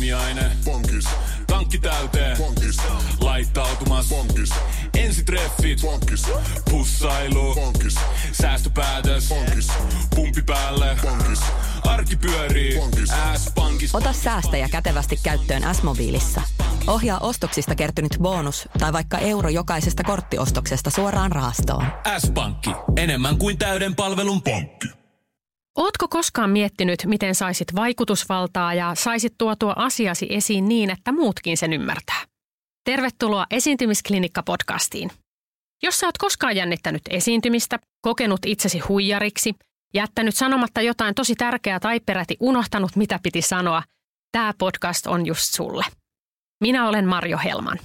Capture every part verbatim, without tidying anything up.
Aamiaine. Bonkis. Tankki täyteen. Bonkis. Laittautumas. Bonkis. Ensitreffit. Bonkis. Pussailu. Bonkis. Säästöpäätös. Bonkis. Pumpi päälle. Bonkis. Arki pyörii. Bonkis. S-pankis. Ota säästäjä kätevästi käyttöön S-mobiilissa. Ohjaa ostoksista kertynyt bonus tai vaikka euro jokaisesta korttiostoksesta suoraan rahastoon. S-pankki. Enemmän kuin täyden palvelun pankki. Ootko koskaan miettinyt, miten saisit vaikutusvaltaa ja saisit tuotua asiasi esiin niin, että muutkin sen ymmärtää? Tervetuloa Esiintymisklinikka-podcastiin. Jos sä oot koskaan jännittänyt esiintymistä, kokenut itsesi huijariksi, jättänyt sanomatta jotain tosi tärkeää tai peräti unohtanut, mitä piti sanoa, tää podcast on just sulle. Minä olen Marjo Helman.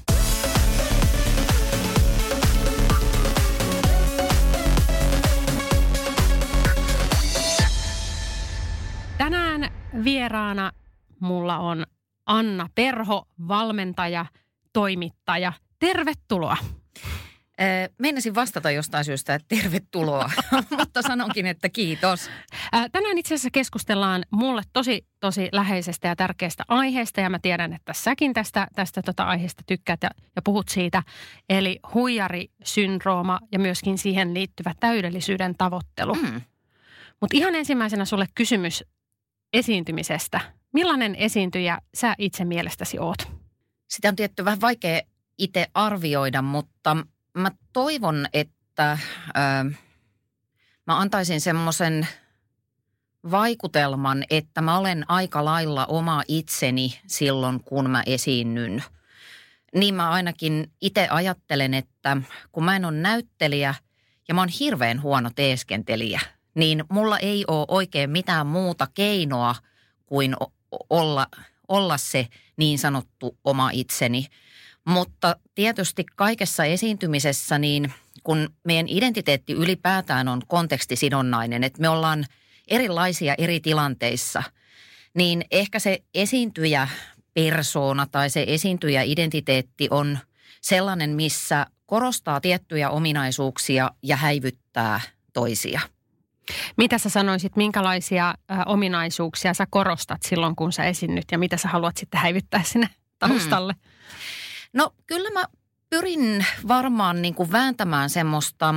Tänään vieraana mulla on Anna Perho, valmentaja, toimittaja. Tervetuloa. Meinasin vastata jostain syystä, että tervetuloa, mutta sanonkin, että kiitos. Tänään itse asiassa keskustellaan mulle tosi, tosi läheisestä ja tärkeästä aiheesta, ja mä tiedän, että säkin tästä, tästä tota aiheesta tykkäät ja, ja puhut siitä. Eli huijarisyndrooma ja myöskin siihen liittyvä täydellisyyden tavoittelu. Mm. Mutta ihan ensimmäisenä sulle kysymys esiintymisestä. Millainen esiintyjä sä itse mielestäsi oot? Sitä on tietty vähän vaikea itse arvioida, mutta mä toivon, että äh, mä antaisin semmoisen vaikutelman, että mä olen aika lailla oma itseni silloin, kun mä esiinnyn. Niin mä ainakin itse ajattelen, että kun mä en ole näyttelijä ja mä oon hirveän huono teeskentelijä, niin mulla ei ole oikein mitään muuta keinoa kuin olla, olla se niin sanottu oma itseni. Mutta tietysti kaikessa esiintymisessä, niin kun meidän identiteetti ylipäätään on kontekstisidonnainen, että me ollaan erilaisia eri tilanteissa, niin ehkä se esiintyjä persoona tai se esiintyjä identiteetti on sellainen, missä korostaa tiettyjä ominaisuuksia ja häivyttää toisia. Mitä sä sanoisit, minkälaisia ä, ominaisuuksia sä korostat silloin, kun sä esiinnyt ja mitä sä haluat sitten häivyttää sinne taustalle? Hmm. No kyllä mä pyrin varmaan niin kuin vääntämään semmoista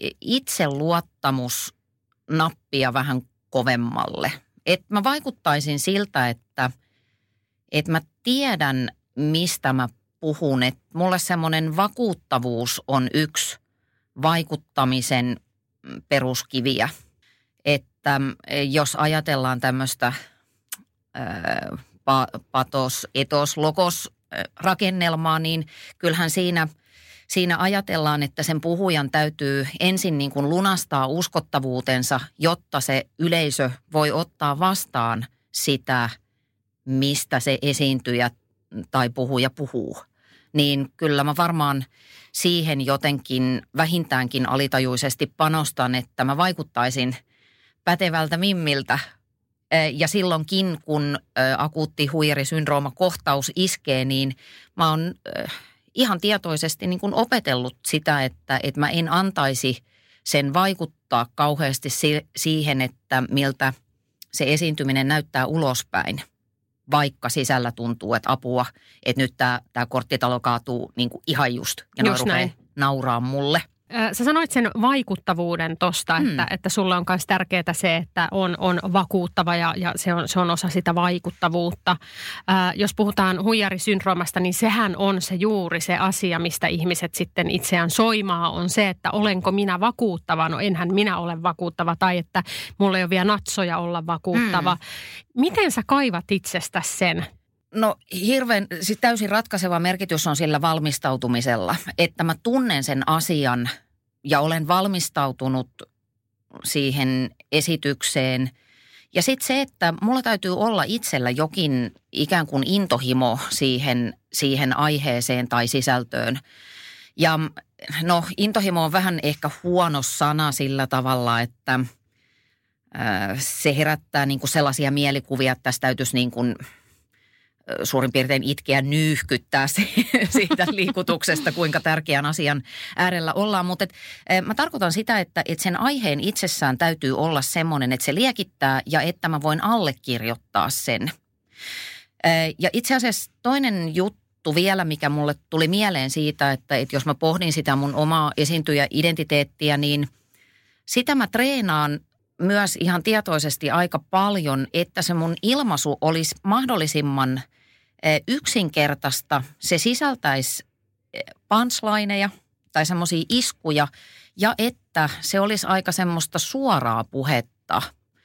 itseluottamusnappia vähän kovemmalle. Että mä vaikuttaisin siltä, että, että mä tiedän, mistä mä puhun. Että mulle semmoinen vakuuttavuus on yksi vaikuttamisen peruskiviä. Että jos ajatellaan tämmöistä ää, patos, etos, logos rakennelmaa, niin kyllähän siinä, siinä ajatellaan, että sen puhujan täytyy ensin niin kuin lunastaa uskottavuutensa, jotta se yleisö voi ottaa vastaan sitä, mistä se esiintyjä tai puhuja puhuu. Niin kyllä mä varmaan siihen jotenkin vähintäänkin alitajuisesti panostan, että mä vaikuttaisin pätevältä mimmiltä. Ja silloinkin, kun akuutti huijarisyndrooma-kohtaus iskee, niin mä oon ihan tietoisesti niin kuin opetellut sitä, että, että mä en antaisi sen vaikuttaa kauheasti siihen, että miltä se esiintyminen näyttää ulospäin, vaikka sisällä tuntuu, että apua, että nyt tämä, tämä korttitalo kaatuu niin kuin ihan just ja just rupeaa nauraa mulle. Sä sanoit sen vaikuttavuuden tosta, hmm. että, että sulla on myös tärkeää se, että on, on vakuuttava ja, ja se, on, se on osa sitä vaikuttavuutta. Ää, jos puhutaan huijarisyndroomasta, niin sehän on se juuri se asia, mistä ihmiset sitten itseään soimaa, on se, että olenko minä vakuuttava. No enhän minä ole vakuuttava tai että mulla ei ole vielä natsoja olla vakuuttava. Hmm. Miten sä kaivat itsestäsi sen? No hirveän, siis täysin ratkaiseva merkitys on sillä valmistautumisella, että mä tunnen sen asian ja olen valmistautunut siihen esitykseen. Ja sitten se, että mulla täytyy olla itsellä jokin ikään kuin intohimo siihen, siihen aiheeseen tai sisältöön. Ja no intohimo on vähän ehkä huono sana sillä tavalla, että äh, se herättää niin kuin sellaisia mielikuvia, että tässä täytyisi niin kuin suurin piirtein itkeä nyyhkyttää siitä liikutuksesta, kuinka tärkeän asian äärellä ollaan. Mutta et, mä tarkoitan sitä, että et sen aiheen itsessään täytyy olla semmoinen, että se liekittää ja että mä voin allekirjoittaa sen. Ja itse asiassa toinen juttu vielä, mikä mulle tuli mieleen siitä, että, että jos mä pohdin sitä mun omaa esiintyjä-identiteettiä, niin sitä mä treenaan myös ihan tietoisesti aika paljon, että se mun ilmaisu olisi mahdollisimman yksinkertaista. Se sisältäisi punchlineja tai semmoisia iskuja ja että se olisi aika semmoista suoraa puhetta,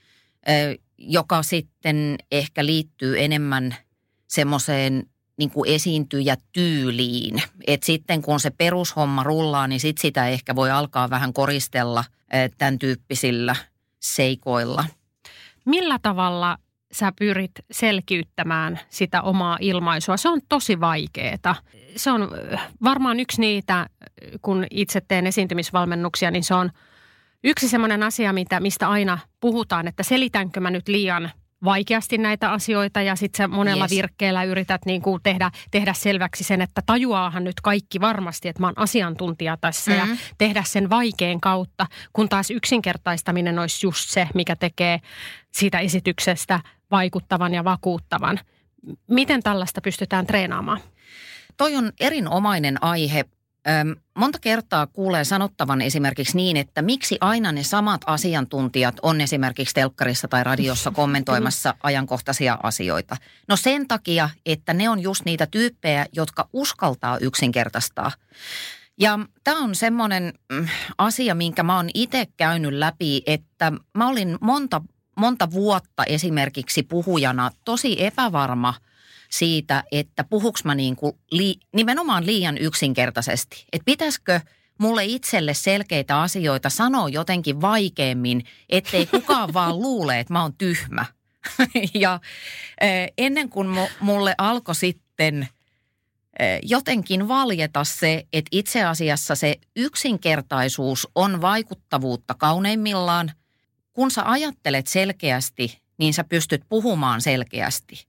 joka sitten ehkä liittyy enemmän semmoiseen niin kuin esiintyjätyyliin. Että sitten kun se perushomma rullaa, niin sit sitä ehkä voi alkaa vähän koristella tämän tyyppisillä seikoilla. Millä tavalla sä pyrit selkiyttämään sitä omaa ilmaisua? Se on tosi vaikeaa. Se on varmaan yksi niitä, kun itse teen esiintymisvalmennuksia, niin se on yksi semmoinen asia, mitä, mistä aina puhutaan, että selitänkö mä nyt liian vaikeasti näitä asioita ja sitten sä monella yes. virkkeellä yrität niin kuin tehdä, tehdä selväksi sen, että tajuaahan nyt kaikki varmasti, että mä oon asiantuntija tässä mm-hmm. ja tehdä sen vaikean kautta, kun taas yksinkertaistaminen olisi just se, mikä tekee siitä esityksestä vaikuttavan ja vakuuttavan. Miten tällaista pystytään treenaamaan? Toi on erinomainen aihe. Monta kertaa kuulee sanottavan esimerkiksi niin, että miksi aina ne samat asiantuntijat on esimerkiksi telkkarissa tai radiossa kommentoimassa ajankohtaisia asioita. No sen takia, että ne on just niitä tyyppejä, jotka uskaltaa yksinkertaistaa. Ja tämä on semmoinen asia, minkä mä oon itse käynyt läpi, että mä olin monta, monta vuotta esimerkiksi puhujana tosi epävarma siitä, että puhuks mä niin kuin li, nimenomaan liian yksinkertaisesti. Että pitäisikö mulle itselle selkeitä asioita sanoa jotenkin vaikeammin, ettei kukaan vaan luule, että mä oon tyhmä. Ja ennen kuin mulle alkoi sitten jotenkin valjeta se, että itse asiassa se yksinkertaisuus on vaikuttavuutta kauneimmillaan. Kun sä ajattelet selkeästi, niin sä pystyt puhumaan selkeästi.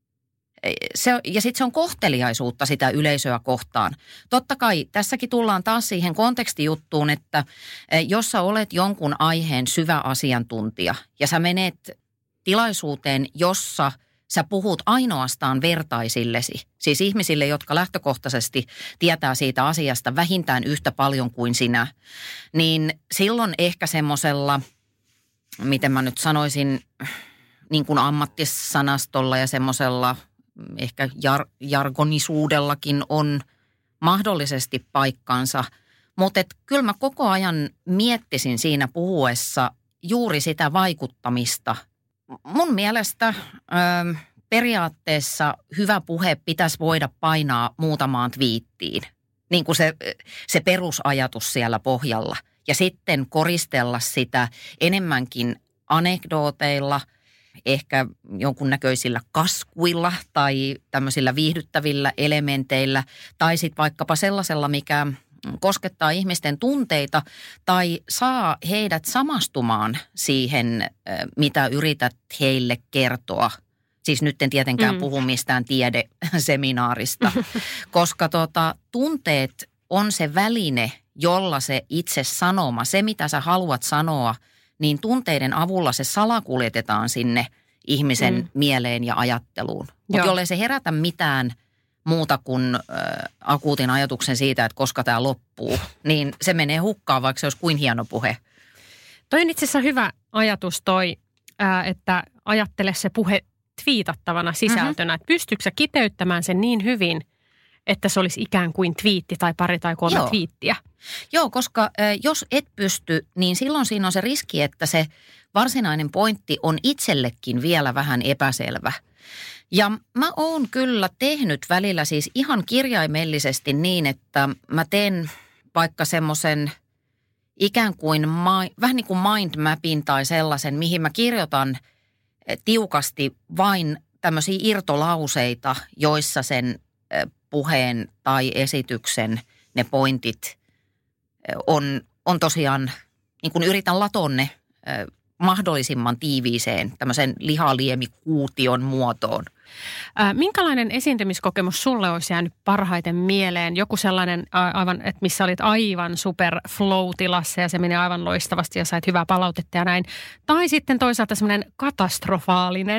Se, ja sitten se on kohteliaisuutta sitä yleisöä kohtaan. Totta kai tässäkin tullaan taas siihen kontekstijuttuun, että jos sä olet jonkun aiheen syvä asiantuntija ja sä menet tilaisuuteen, jossa sä puhut ainoastaan vertaisillesi, siis ihmisille, jotka lähtökohtaisesti tietää siitä asiasta vähintään yhtä paljon kuin sinä, niin silloin ehkä semmoisella, miten mä nyt sanoisin, niin kuin ammattisanastolla ja semmoisella ehkä jar, jargonisuudellakin on mahdollisesti paikkansa. Mutta kyllä mä koko ajan miettisin siinä puhuessa juuri sitä vaikuttamista. Mun mielestä ö, periaatteessa hyvä puhe pitäisi voida painaa muutamaan twiittiin. Niin kuin se, se perusajatus siellä pohjalla. Ja sitten koristella sitä enemmänkin anekdooteilla, ehkä jonkunnäköisillä kaskuilla tai tämmöisillä viihdyttävillä elementeillä tai sitten vaikkapa sellaisella, mikä koskettaa ihmisten tunteita tai saa heidät samastumaan siihen, mitä yrität heille kertoa. Siis nyt en tietenkään mm. puhu mistään tiedeseminaarista, koska tota, tunteet on se väline, jolla se itse sanoma, se mitä sä haluat sanoa, niin tunteiden avulla se salakuljetetaan sinne ihmisen mm. mieleen ja ajatteluun. Mutta jollei se herätä mitään muuta kuin äh, akuutin ajatuksen siitä, että koska tämä loppuu, niin se menee hukkaan, vaikka se olisi kuin hieno puhe. Toi on itse asiassa hyvä ajatus toi, äh, että ajattele se puhe twiitattavana sisältönä. Mm-hmm. Että pystyykö sä kiteyttämään sen niin hyvin, että se olisi ikään kuin twiitti tai pari tai kolme Joo. twiittiä. Joo, koska äh, jos et pysty, niin silloin siinä on se riski, että se varsinainen pointti on itsellekin vielä vähän epäselvä. Ja mä oon kyllä tehnyt välillä siis ihan kirjaimellisesti niin, että mä teen vaikka semmoisen ikään kuin ma- vähän niin kuin mindmapin tai sellaisen, mihin mä kirjoitan tiukasti vain tämmöisiä irtolauseita, joissa sen puheen tai esityksen ne pointit on, on tosiaan, niin kuin yritän latonne mahdollisimman tiiviiseen tämmöisen lihaliemikuution muotoon. Ää, minkälainen esiintymiskokemus sulle olisi jäänyt parhaiten mieleen? Joku sellainen, aivan, että missä olit aivan super flow-tilassa ja se meni aivan loistavasti ja sait hyvää palautetta ja näin. Tai sitten toisaalta semmoinen katastrofaalinen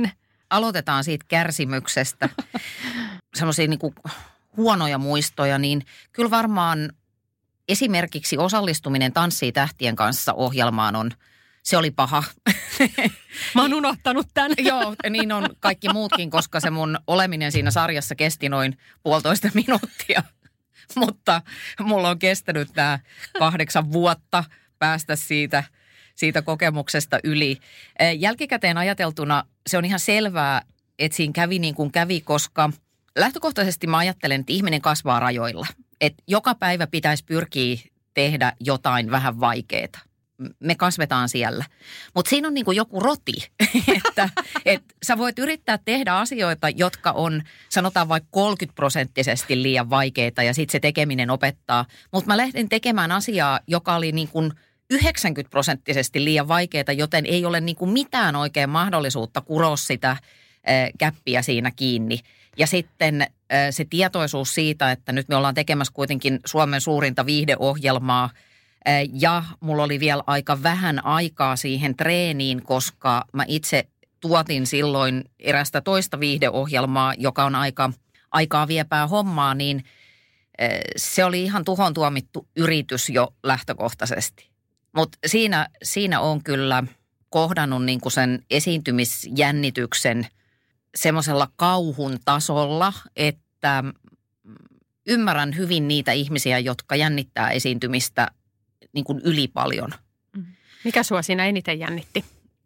aloitetaan siitä kärsimyksestä, semmoisia niin kuin huonoja muistoja, niin kyllä varmaan esimerkiksi osallistuminen Tanssii tähtien kanssa -ohjelmaan on, se oli paha. Mä oon unohtanut tämän. Joo, niin on kaikki muutkin, koska se mun oleminen siinä sarjassa kesti noin puolitoista minuuttia. Mutta mulla on kestänyt nämä kahdeksan vuotta päästä siitä, siitä kokemuksesta yli. Jälkikäteen ajateltuna se on ihan selvää, että siinä kävi niin kuin kävi, koska lähtökohtaisesti mä ajattelen, että ihminen kasvaa rajoilla. Että joka päivä pitäisi pyrkiä tehdä jotain vähän vaikeaa. Me kasvetaan siellä. Mutta siinä on niin kuin joku roti, että et sä voit yrittää tehdä asioita, jotka on sanotaan vaikka kolmekymmentä prosenttisesti liian vaikeita ja sitten se tekeminen opettaa. Mutta mä lähdin tekemään asiaa, joka oli niin kuin yhdeksänkymmentä prosenttisesti liian vaikeaa, joten ei ole niin kuin mitään oikein mahdollisuutta kuroa sitä äh, käppiä siinä kiinni. Ja sitten äh, se tietoisuus siitä, että nyt me ollaan tekemässä kuitenkin Suomen suurinta viihdeohjelmaa, ja mulla oli vielä aika vähän aikaa siihen treeniin, koska mä itse tuotin silloin erästä toista viihdeohjelmaa, joka on aika aikaa viepää hommaa, niin se oli ihan tuhon tuomittu yritys jo lähtökohtaisesti. Mutta siinä, siinä on kyllä kohdannut niinku sen esiintymisjännityksen semmoisella kauhun tasolla, että ymmärrän hyvin niitä ihmisiä, jotka jännittää esiintymistä niin kuin yli paljon. Mikä sua siinä eniten jännitti?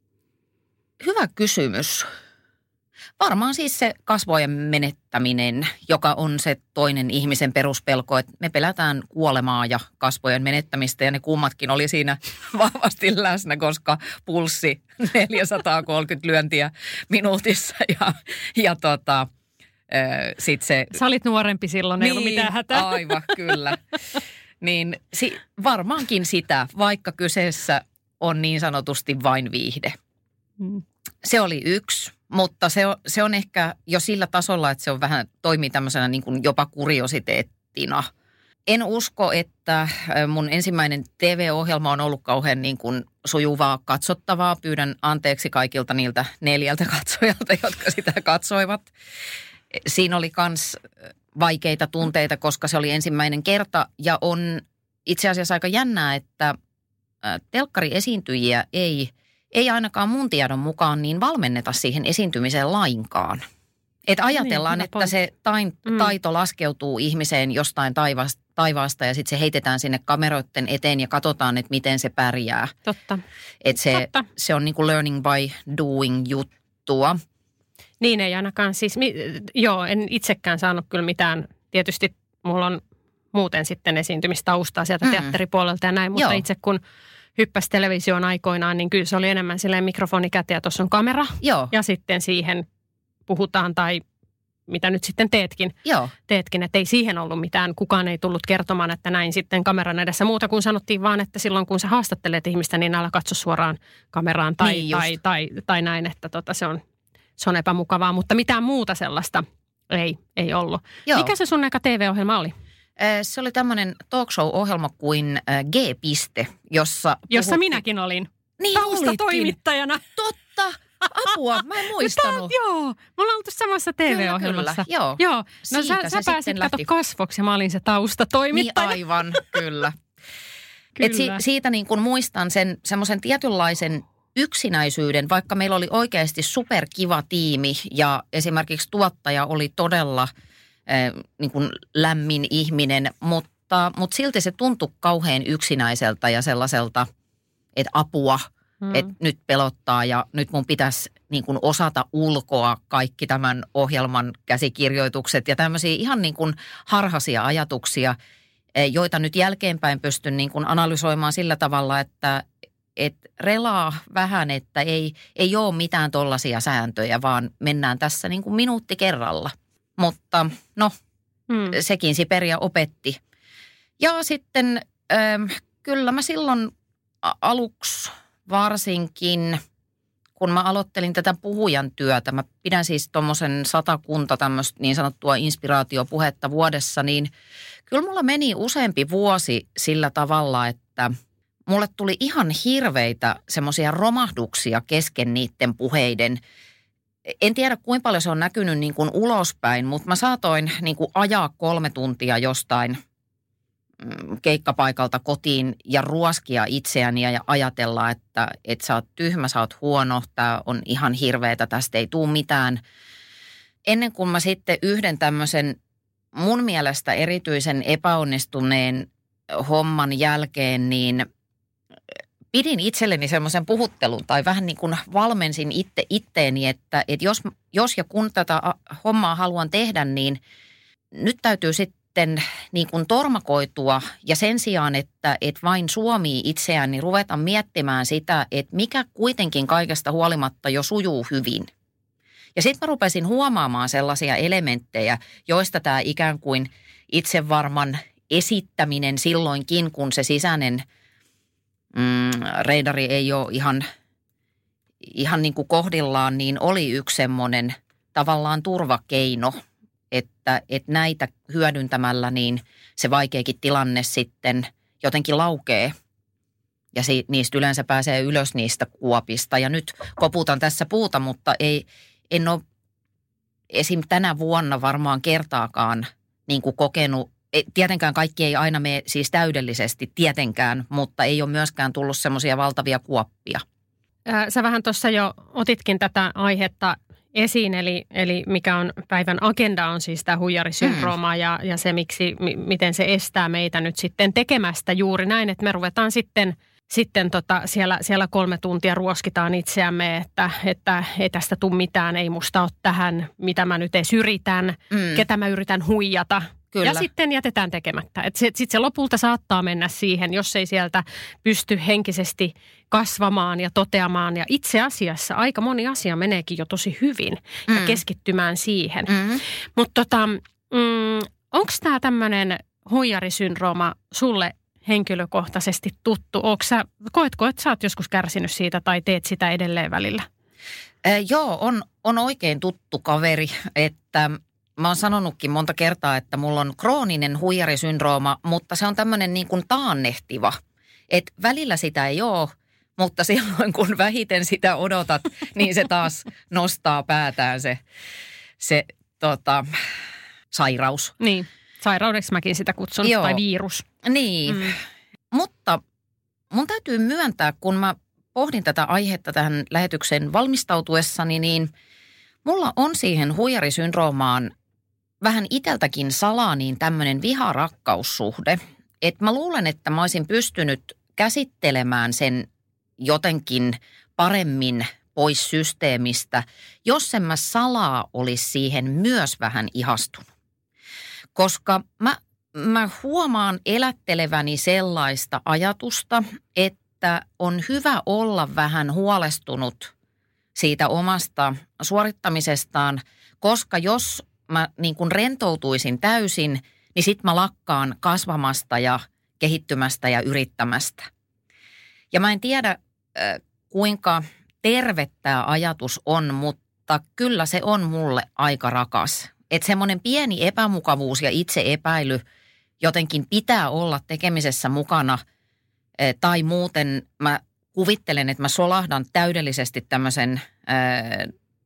Hyvä kysymys. Varmaan siis se kasvojen menettäminen, joka on se toinen ihmisen peruspelko, että me pelätään kuolemaa ja kasvojen menettämistä ja ne kummatkin oli siinä vahvasti läsnä, koska pulssi neljäsataakolmekymmentä lyöntiä minuutissa ja, ja tota, sit se... Sä olit nuorempi silloin, niin, ei ollut mitään hätää. Aivan, kyllä. Niin si, varmaankin sitä, vaikka kyseessä on niin sanotusti vain viihde. Mm. Se oli yksi, mutta se on, se on ehkä jo sillä tasolla, että se on vähän toimii tämmöisenä niin kuin jopa kuriositeettina. En usko, että mun ensimmäinen T V-ohjelma on ollut kauhean niin kuin sujuvaa katsottavaa. Pyydän anteeksi kaikilta niiltä neljältä katsojalta, jotka sitä katsoivat. Siinä oli kans vaikeita tunteita, koska se oli ensimmäinen kerta ja on itse asiassa aika jännää, että telkkariesiintyjiä ei, ei ainakaan mun tiedon mukaan niin valmenneta siihen esiintymiseen lainkaan. Että ajatellaan, niin, että se tain, taito laskeutuu ihmiseen jostain taivaasta, taivaasta ja sitten se heitetään sinne kameroiden eteen ja katsotaan, että miten se pärjää. Totta. Että se, Totta. se on niin kuin learning by doing juttua. Niin ei ainakaan siis, joo, en itsekään saanut kyllä mitään. Tietysti mulla on muuten sitten esiintymistaustaa sieltä mm. teatteripuolelta ja näin, mutta joo. Itse kun hyppäsi televisioon aikoinaan, niin kyllä se oli enemmän silleen mikrofoni käteen ja tuossa on kamera. Joo. Ja sitten siihen puhutaan tai mitä nyt sitten teetkin. Joo. Teetkin, että ei siihen ollut mitään. Kukaan ei tullut kertomaan, että näin sitten kameran edessä. Muuta kuin sanottiin vaan, että silloin kun sä haastattelet ihmistä, niin älä katso suoraan kameraan tai, niin tai, tai, tai näin, että tota, se on... Se on epämukavaa, mutta mitään muuta sellaista ei, ei ollut. Joo. Mikä se sun eka T V-ohjelma oli? Se oli tämmöinen talk show-ohjelma kuin G-piste, jossa... Jossa puhuttiin... minäkin olin. Niin taustatoimittajana. Totta. Apua, mä en muistanut. Joo, me ollaan oltu samassa T V-ohjelmassa. Kyllä, joo. joo. No sä, sä pääsit kato kasvoksi ja mä olin se taustatoimittaja. Niin aivan, kyllä. kyllä. Et si, siitä niin kun muistan sen semmoisen tietynlaisen... yksinäisyyden, vaikka meillä oli oikeasti superkiva tiimi ja esimerkiksi tuottaja oli todella äh, niin kuin lämmin ihminen, mutta, mutta silti se tuntui kauhean yksinäiseltä ja sellaiselta, että apua, mm. että nyt pelottaa ja nyt mun pitäisi niin kuin osata ulkoa kaikki tämän ohjelman käsikirjoitukset ja tämmöisiä ihan niin kuin harhaisia ajatuksia, joita nyt jälkeenpäin pystyn niin kuin analysoimaan sillä tavalla, että että relaa vähän, että ei, ei ole mitään tollaisia sääntöjä, vaan mennään tässä niin kuin minuutti kerralla. Mutta no, hmm. sekin Siperia opetti. Ja sitten ähm, kyllä mä silloin aluksi varsinkin, kun mä aloittelin tätä puhujan työtä, mä pidän siis tommosen satakunta tämmöistä niin sanottua inspiraatiopuhetta vuodessa, niin kyllä mulla meni useampi vuosi sillä tavalla, että mulle tuli ihan hirveitä semmoisia romahduksia kesken niiden puheiden. en tiedä kuinka paljon se on näkynyt niin kuin ulospäin, mutta mä saatoin niin kuin ajaa kolme tuntia jostain keikkapaikalta kotiin ja ruoskia itseäni ja ajatella, että, että sä oot tyhmä, sä oot huono, tää on ihan hirveetä, tästä ei tule mitään. Ennen kuin mä sitten yhden tämmöisen mun mielestä erityisen epäonnistuneen homman jälkeen, niin pidin itselleni semmoisen puhuttelun tai vähän niin kuin valmensin itse itteeni, että, että jos, jos ja kun tätä hommaa haluan tehdä, niin nyt täytyy sitten niin kuin tormakoitua ja sen sijaan, että, että vain suomii itseään, niin ruveta miettimään sitä, että mikä kuitenkin kaikesta huolimatta jo sujuu hyvin. Ja sitten mä rupesin huomaamaan sellaisia elementtejä, joista tämä ikään kuin itsevarman esittäminen silloinkin, kun se sisäinen mm, reidari ei ole ihan, ihan niin kuin kohdillaan, niin oli yksi semmoinen tavallaan turvakeino, että, että näitä hyödyntämällä niin se vaikeakin tilanne sitten jotenkin laukee. Ja si, niistä yleensä pääsee ylös niistä kuopista. Ja nyt koputan tässä puuta, mutta ei, en ole esim. Tänä vuonna varmaan kertaakaan niin kuin kokenut. Tietenkään kaikki ei aina mene siis täydellisesti, tietenkään, mutta ei ole myöskään tullut semmoisia valtavia kuoppia. Sä vähän tuossa jo otitkin tätä aihetta esiin, eli, eli mikä on päivän agenda on siis tämä huijarisyndrooma mm. ja, ja se, miksi, m- miten se estää meitä nyt sitten tekemästä juuri näin, että me ruvetaan sitten, sitten tota siellä, siellä kolme tuntia ruoskitaan itseämme, että, että ei tästä tule mitään, ei musta ole tähän, mitä mä nyt edes yritän, mm. ketä mä yritän huijata. Kyllä. Ja sitten jätetään tekemättä. Sitten se lopulta saattaa mennä siihen, jos ei sieltä pysty henkisesti kasvamaan ja toteamaan. Ja itse asiassa aika moni asia meneekin jo tosi hyvin mm. ja keskittymään siihen. Mm. Mutta tota, mm, onko tämä tämmöinen huijarisyndrooma sulle henkilökohtaisesti tuttu? Ootko sä, koetko, että sä oot joskus kärsinyt siitä tai teet sitä edelleen välillä? Äh, joo, on, on oikein tuttu kaveri, että mä oon sanonutkin monta kertaa, että mulla on krooninen huijarisyndrooma, mutta se on tämmöinen niin kuin taannehtiva. Että välillä sitä ei ole, mutta silloin kun vähiten sitä odotat, niin se taas nostaa päätään se, se tota, sairaus. Niin, sairaudeksi mäkin sitä kutsun, Joo. tai virus. Niin, mm. mutta mun täytyy myöntää, kun mä pohdin tätä aihetta tähän lähetykseen valmistautuessani, niin mulla on siihen huijarisyndroomaan vähän iteltäkin salaa niin tämmöinen viha-rakkaussuhde. Että mä luulen, että mä olisin pystynyt käsittelemään sen jotenkin paremmin pois systeemistä, jos en mä salaa olisi siihen myös vähän ihastunut. Koska mä, mä huomaan elätteleväni sellaista ajatusta, että on hyvä olla vähän huolestunut siitä omasta suorittamisestaan, koska jos mä niin kuin rentoutuisin täysin, niin sit mä lakkaan kasvamasta ja kehittymästä ja yrittämästä. Ja mä en tiedä, kuinka terve tämä ajatus on, mutta kyllä se on mulle aika rakas. Että semmoinen pieni epämukavuus ja itseepäily jotenkin pitää olla tekemisessä mukana, tai muuten mä kuvittelen, että mä solahdan täydellisesti tämmöisen äh,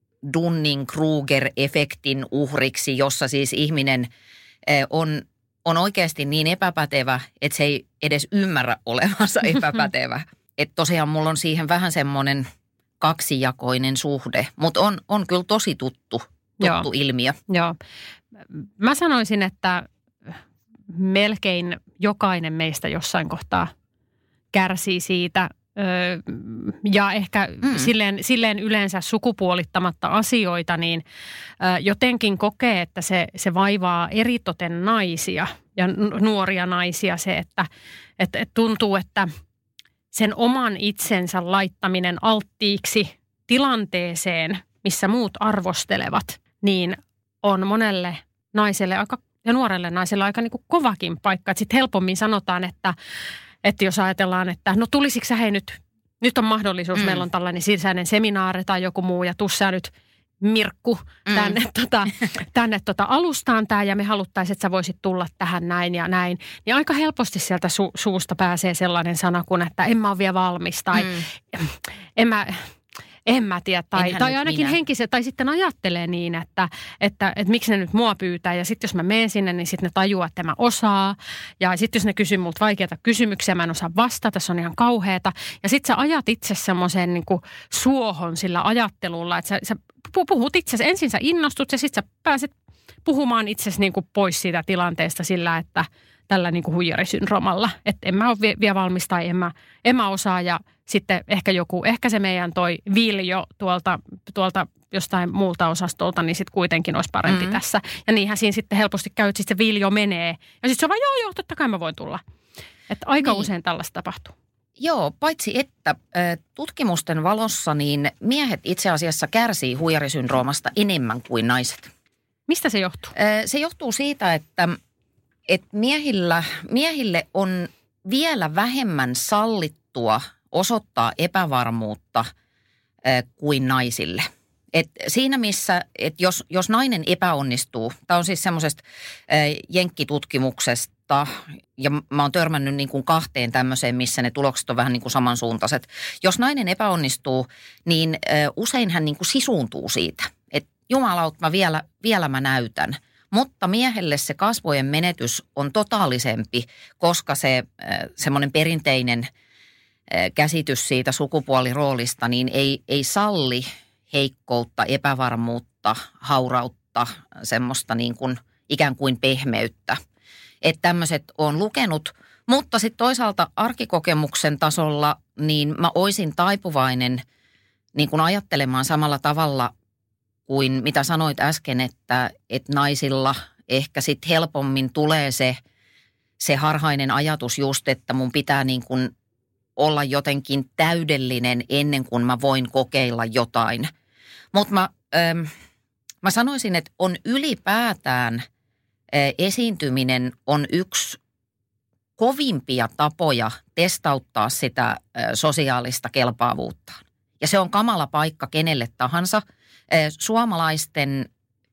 Dunning-Kruger-efektin uhriksi, jossa siis ihminen äh, on, on oikeasti niin epäpätevä, että se ei edes ymmärrä olevansa epäpätevä. Että tosiaan mulla on siihen vähän semmoinen kaksijakoinen suhde, mutta on, on kyllä tosi tuttu, tuttu Joo. ilmiö. Joo. Mä sanoisin, että melkein jokainen meistä jossain kohtaa kärsii siitä. Ja ehkä mm. silleen, silleen yleensä sukupuolittamatta asioita, niin jotenkin kokee, että se, se vaivaa eritoten naisia ja nuoria naisia se, että, että, että tuntuu, että sen oman itsensä laittaminen alttiiksi tilanteeseen, missä muut arvostelevat, niin on monelle naiselle aika, ja nuorelle naiselle aika niin kuin kovakin paikka. Sitten helpommin sanotaan, että Että jos ajatellaan, että no tulisitko sä hei nyt, nyt on mahdollisuus, mm. meillä on tällainen sisäinen seminaari tai joku muu ja tuu sä nyt Mirkku tänne, mm. tota, tänne tota alustaan tää ja me haluttaisiin, että sä voisit tulla tähän näin ja näin. Niin aika helposti sieltä su- suusta pääsee sellainen sana kuin, että en mä ole vielä valmis tai mm. en mä, En mä tiedä, tai, tai ainakin henkisesti, tai sitten ajattelee niin, että, että, että miksi ne nyt mua pyytää, ja sitten jos mä menen sinne, niin sitten ne tajuaa, että mä osaan, ja sitten jos ne kysyy multa vaikeita kysymyksiä, mä en osaa vastata, se on ihan kauheata, ja sitten sä ajat itse semmoiseen niin kuin suohon sillä ajattelulla, että sä, sä puhut itse, ensin sä innostut, ja sitten sä pääset puhumaan itsesi niin kuin pois siitä tilanteesta sillä, että tällä niin kuin huijarisyndroomalla, että en mä ole vielä valmis tai en mä, en mä osaa, ja sitten ehkä joku, ehkä se meidän toi Viljo tuolta, tuolta jostain muulta osastolta, niin sitten kuitenkin olisi parempi mm-hmm. tässä. Ja niinhän siinä sitten helposti käy, että sitten se Viljo menee. Ja sitten se on vaan, joo, joo, totta kai mä voin tulla. Että aika niin. usein tällaista tapahtuu. Joo, paitsi että tutkimusten valossa niin miehet itse asiassa kärsii huijarisyndroomasta enemmän kuin naiset. Mistä se johtuu? Se johtuu siitä, että, että miehillä, miehille on vielä vähemmän sallittua osoittaa epävarmuutta kuin naisille. Et siinä missä, että jos, jos nainen epäonnistuu, tämä on siis semmoisesta jenkkitutkimuksesta, ja mä oon törmännyt niin kuin kahteen tämmöiseen, missä ne tulokset on vähän niin kuin samansuuntaiset. Jos nainen epäonnistuu, niin usein hän niin kuin sisuuntuu siitä, että jumalaut, mä vielä, vielä mä näytän. Mutta miehelle se kasvojen menetys on totaalisempi, koska se semmoinen perinteinen käsitys siitä sukupuoliroolista, niin ei, ei salli heikkoutta, epävarmuutta, haurautta, semmoista niin kuin ikään kuin pehmeyttä. Että tämmöiset on lukenut, mutta sitten toisaalta arkikokemuksen tasolla, niin mä oisin taipuvainen niin kuin ajattelemaan samalla tavalla kuin mitä sanoit äsken, että, että naisilla ehkä sitten helpommin tulee se, se harhainen ajatus just, että mun pitää niin kuin olla jotenkin täydellinen ennen kuin mä voin kokeilla jotain. Mutta mä, ähm, mä sanoisin, että on ylipäätään äh, esiintyminen on yksi kovimpia tapoja testauttaa sitä äh, sosiaalista kelpaavuuttaan. Ja se on kamala paikka kenelle tahansa. Äh, suomalaisten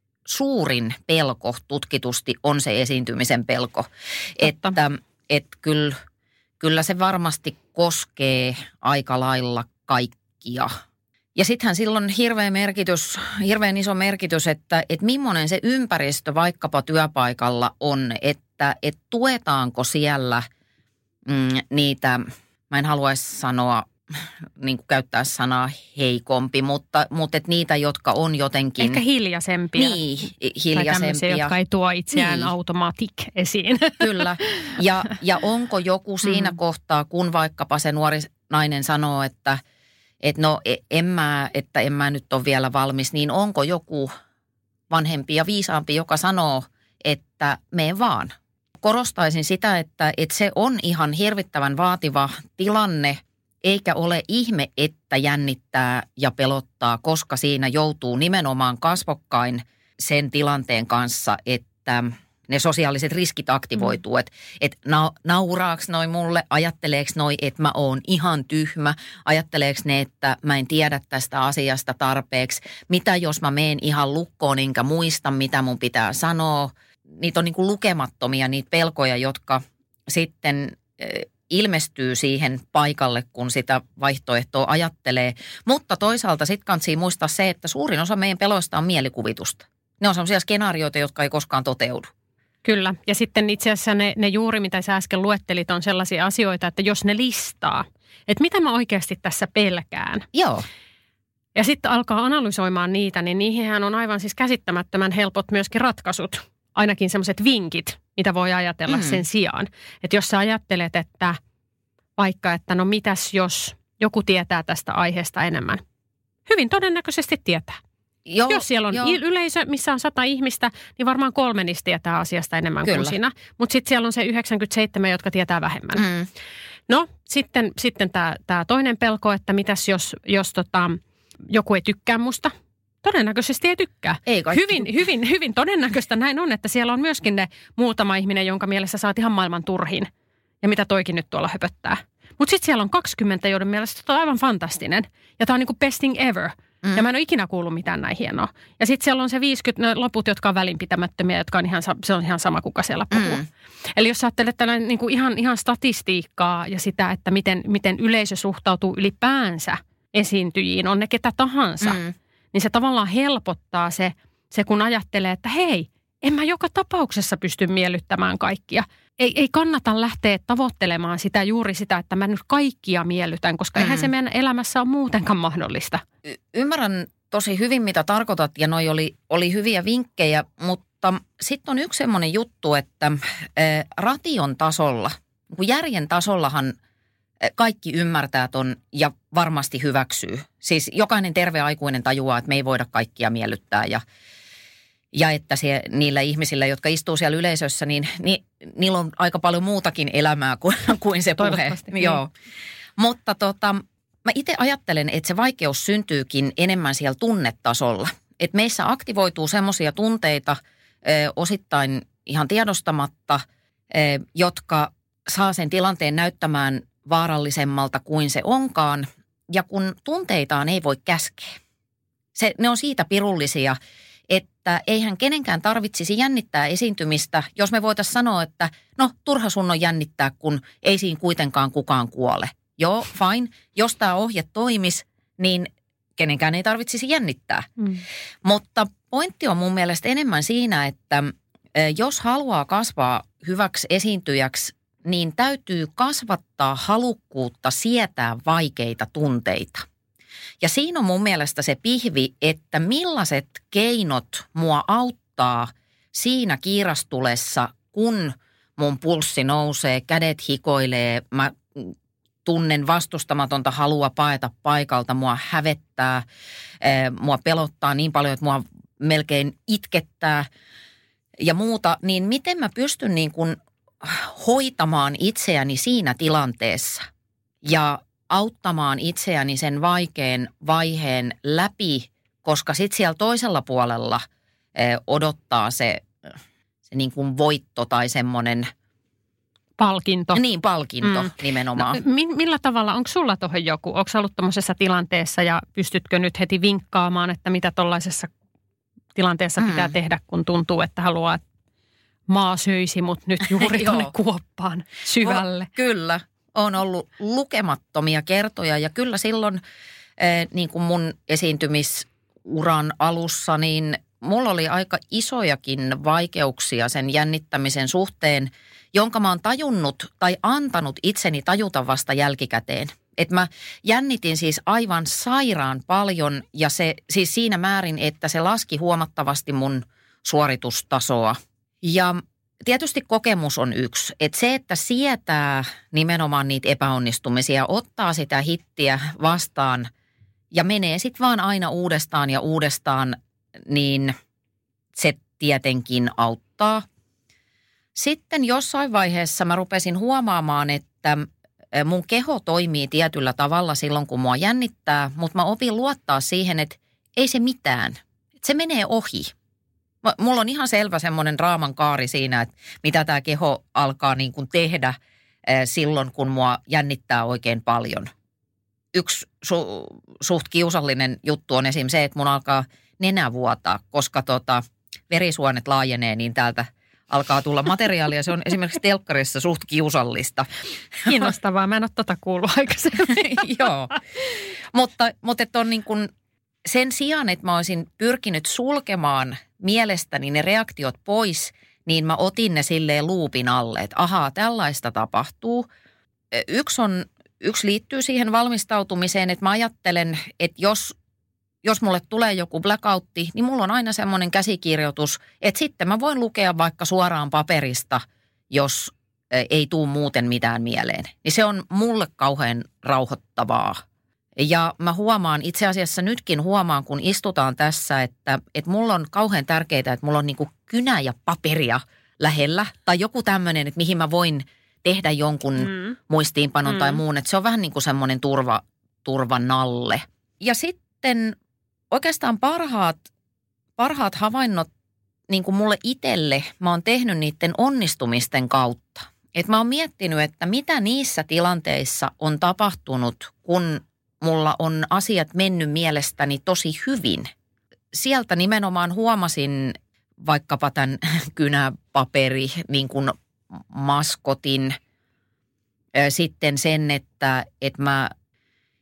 suurin pelko tutkitusti on se esiintymisen pelko. Että, että kyllä... Kyllä se varmasti koskee aika lailla kaikkia. Ja sittenhän silloin hirveän merkitys, hirveän iso merkitys, että, että millainen se ympäristö vaikkapa työpaikalla on, että, että tuetaanko siellä mm, niitä, mä en haluaisi sanoa, niin kuin käyttää sanaa heikompi, mutta, mutta että niitä, jotka on jotenkin... Ehkä hiljaisempia. Niin, hiljaisempia. Tai tämmöisiä, jotka ei tuo itseään niin. automatic esiin. Kyllä. Ja, ja onko joku siinä mm. kohtaa, kun vaikkapa se nuori nainen sanoo, että, että no en mä, että en mä nyt ole vielä valmis, niin onko joku vanhempi ja viisaampi, joka sanoo, että mene vaan. Korostaisin sitä, että, että se on ihan hirvittävän vaativa tilanne, eikä ole ihme, että jännittää ja pelottaa, koska siinä joutuu nimenomaan kasvokkain sen tilanteen kanssa, että ne sosiaaliset riskit aktivoituu. Mm. Että et na, nauraaks noi mulle, ajatteleeks noi, että mä oon ihan tyhmä, ajatteleeks ne, että mä en tiedä tästä asiasta tarpeeksi. Mitä jos mä meen ihan lukkoon enkä muista, mitä mun pitää sanoa. Niitä on niin kuin lukemattomia niitä pelkoja, jotka sitten... ilmestyy siihen paikalle, kun sitä vaihtoehtoa ajattelee. Mutta toisaalta sitten kannattaa muistaa se, että suurin osa meidän peloista on mielikuvitusta. Ne on sellaisia skenaarioita, jotka ei koskaan toteudu. Kyllä. Ja sitten itse asiassa ne, ne juuri, mitä sä äsken luettelit, on sellaisia asioita, että jos ne listaa, että mitä mä oikeasti tässä pelkään. Joo. Ja sitten alkaa analysoimaan niitä, niin niihinhän on aivan siis käsittämättömän helpot myöskin ratkaisut. Ainakin sellaiset vinkit, mitä voi ajatella mm. sen sijaan. Että jos sä ajattelet, että vaikka, että no mitäs jos joku tietää tästä aiheesta enemmän. Hyvin todennäköisesti tietää. Joo, jos siellä on jo. yleisö, missä on sata ihmistä, niin varmaan kolme niistä tietää asiasta enemmän Kyllä. kuin sinä. Mutta sitten siellä on se yhdeksänkymmentäseitsemän, jotka tietää vähemmän. Mm. No sitten, sitten tämä toinen pelko, että mitäs jos, jos tota, joku ei tykkää musta. Todennäköisesti ei tykkää. Ei hyvin, hyvin, hyvin todennäköistä näin on, että siellä on myöskin ne muutama ihminen, jonka mielessä saat ihan maailman turhin. Ja mitä toikin nyt tuolla höpöttää. Mutta sitten siellä on kaksikymmentä, joiden mielestä tämä on aivan fantastinen. Ja tämä on niinku best thing ever. Mm. Ja mä en ole ikinä kuullut mitään näin hienoa. Ja sitten siellä on se viisikymmentä loput, jotka on välinpitämättömiä, jotka on ihan, se on ihan sama, kuka siellä puhuu. Mm. Eli jos sä ajattelet tällainen niinku ihan, ihan statistiikkaa ja sitä, että miten, miten yleisö suhtautuu ylipäänsä esiintyjiin, on ne ketä tahansa, mm. niin se tavallaan helpottaa se, se, kun ajattelee, että hei, en mä joka tapauksessa pysty miellyttämään kaikkia. Ei, ei kannata lähteä tavoittelemaan sitä juuri sitä, että mä nyt kaikkia miellytän, koska mm. eihän se meidän elämässä ole muutenkaan mahdollista. Y- ymmärrän tosi hyvin, mitä tarkoitat, ja noi oli, oli hyviä vinkkejä, mutta sitten on yksi semmoinen juttu, että ä, ration tasolla, kun järjen tasollahan kaikki ymmärtää ton ja varmasti hyväksyy. Siis jokainen terve aikuinen tajuaa, että me ei voida kaikkia miellyttää ja, ja että se, niillä ihmisillä, jotka istuu siellä yleisössä, niin ni, niillä on aika paljon muutakin elämää kuin, kuin se puhe. Niin. Joo. Mutta tota, mä itse ajattelen, että se vaikeus syntyykin enemmän siellä tunnetasolla. Että meissä aktivoituu semmoisia tunteita ö, osittain ihan tiedostamatta, ö, jotka saa sen tilanteen näyttämään vaarallisemmalta kuin se onkaan. Ja kun tunteitaan ei voi käskeä. Se, ne on siitä pirullisia, että eihän kenenkään tarvitsisi jännittää esiintymistä, jos me voitaisiin sanoa, että no turha sun on jännittää, kun ei siinä kuitenkaan kukaan kuole. Joo, fine. Jos tämä ohje toimisi, niin kenenkään ei tarvitsisi jännittää. Mm. Mutta pointti on mun mielestä enemmän siinä, että jos haluaa kasvaa hyväksi esiintyjäksi, niin täytyy kasvattaa halukkuutta sietää vaikeita tunteita. Ja siinä on mun mielestä se pihvi, että millaiset keinot mua auttaa siinä kiirastulessa, kun mun pulssi nousee, kädet hikoilee, mä tunnen vastustamatonta halua paeta paikalta, mua hävettää, mua pelottaa niin paljon, että mua melkein itkettää ja muuta, niin miten mä pystyn niin kuin hoitamaan itseäni siinä tilanteessa ja auttamaan itseäni sen vaikean vaiheen läpi, koska sitten siellä toisella puolella odottaa se, se niin kuin voitto tai semmoinen palkinto. Niin, palkinto mm. nimenomaan. No, millä tavalla, onko sulla tuohon joku, onko sä ollut tuommoisessa tilanteessa ja pystytkö nyt heti vinkkaamaan, että mitä tuollaisessa tilanteessa mm. pitää tehdä, kun tuntuu, että haluaa, että maa söisi mut nyt juuri tuonne kuoppaan syvälle? O, kyllä, on ollut lukemattomia kertoja ja kyllä silloin eh, niin kuin mun esiintymisuran alussa, niin mulla oli aika isojakin vaikeuksia sen jännittämisen suhteen, jonka mä oon tajunnut tai antanut itseni tajuta vasta jälkikäteen. Että mä jännitin siis aivan sairaan paljon ja se siis siinä määrin, että se laski huomattavasti mun suoritustasoa. Ja tietysti kokemus on yksi, että se, että sietää nimenomaan niitä epäonnistumisia, ottaa sitä hittiä vastaan ja menee sitten vaan aina uudestaan ja uudestaan, niin se tietenkin auttaa. Sitten jossain vaiheessa mä rupesin huomaamaan, että mun keho toimii tietyllä tavalla silloin, kun mua jännittää, mutta mä opin luottaa siihen, että ei se mitään. Se menee ohi. Mulla on ihan selvä semmoinen raaman kaari siinä, että mitä tämä keho alkaa niin kuin tehdä silloin, kun mua jännittää oikein paljon. Yksi su- suht kiusallinen juttu on esim. Se, että mun alkaa nenä vuotaa, koska tota, verisuonet laajenee, niin täältä alkaa tulla materiaalia. Se on esimerkiksi telkkarissa suht kiusallista. Kiinnostavaa. Mä en ole tota kuullut aikaisemmin. Joo. Mutta, mutta että on niin kuin sen sijaan, että mä olisin pyrkinyt sulkemaan mielestäni ne reaktiot pois, niin mä otin ne silleen luupin alle, että ahaa, tällaista tapahtuu. Yksi, on, yksi liittyy siihen valmistautumiseen, että mä ajattelen, että jos, jos mulle tulee joku blackoutti, niin mulla on aina semmoinen käsikirjoitus, että sitten mä voin lukea vaikka suoraan paperista, jos ei tule muuten mitään mieleen. Niin se on mulle kauhean rauhoittavaa. Ja mä huomaan, itse asiassa nytkin huomaan, kun istutaan tässä, että, että mulla on kauhean tärkeää, että mulla on niin kuin kynä ja paperia lähellä. Tai joku tämmöinen, että mihin mä voin tehdä jonkun mm. muistiinpanon mm. tai muun. Että se on vähän niin kuin semmoinen turva, turvanalle. Ja sitten oikeastaan parhaat, parhaat havainnot niin kuin mulle itselle, mä oon tehnyt niiden onnistumisten kautta. Että mä oon miettinyt, että mitä niissä tilanteissa on tapahtunut, kun mulla on asiat mennyt mielestäni tosi hyvin. Sieltä nimenomaan huomasin vaikkapa tämän kynäpaperi, niin kuin maskotin. Sitten sen, että, että mä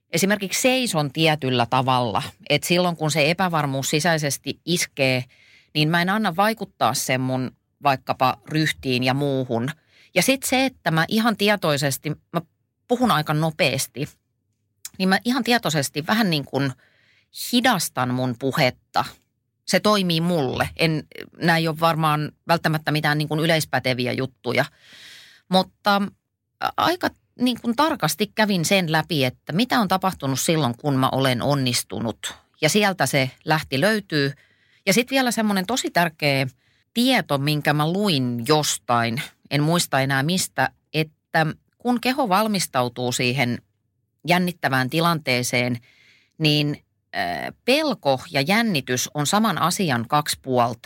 esimerkiksi seison tietyllä tavalla, että silloin kun se epävarmuus sisäisesti iskee, niin mä en anna vaikuttaa sen mun vaikkapa ryhtiin ja muuhun. Ja sitten se, että mä ihan tietoisesti, mä puhun aika nopeasti, niin mä ihan tietoisesti vähän niin kuin hidastan mun puhetta. Se toimii mulle. En, nämä ei ole varmaan välttämättä mitään niin kuin yleispäteviä juttuja, mutta aika niin kuin tarkasti kävin sen läpi, että mitä on tapahtunut silloin, kun mä olen onnistunut. Ja sieltä se lähti löytyy. Ja sitten vielä semmoinen tosi tärkeä tieto, minkä mä luin jostain, en muista enää mistä, että kun keho valmistautuu siihen jännittävään tilanteeseen, niin pelko ja jännitys on saman asian kaksi puolta.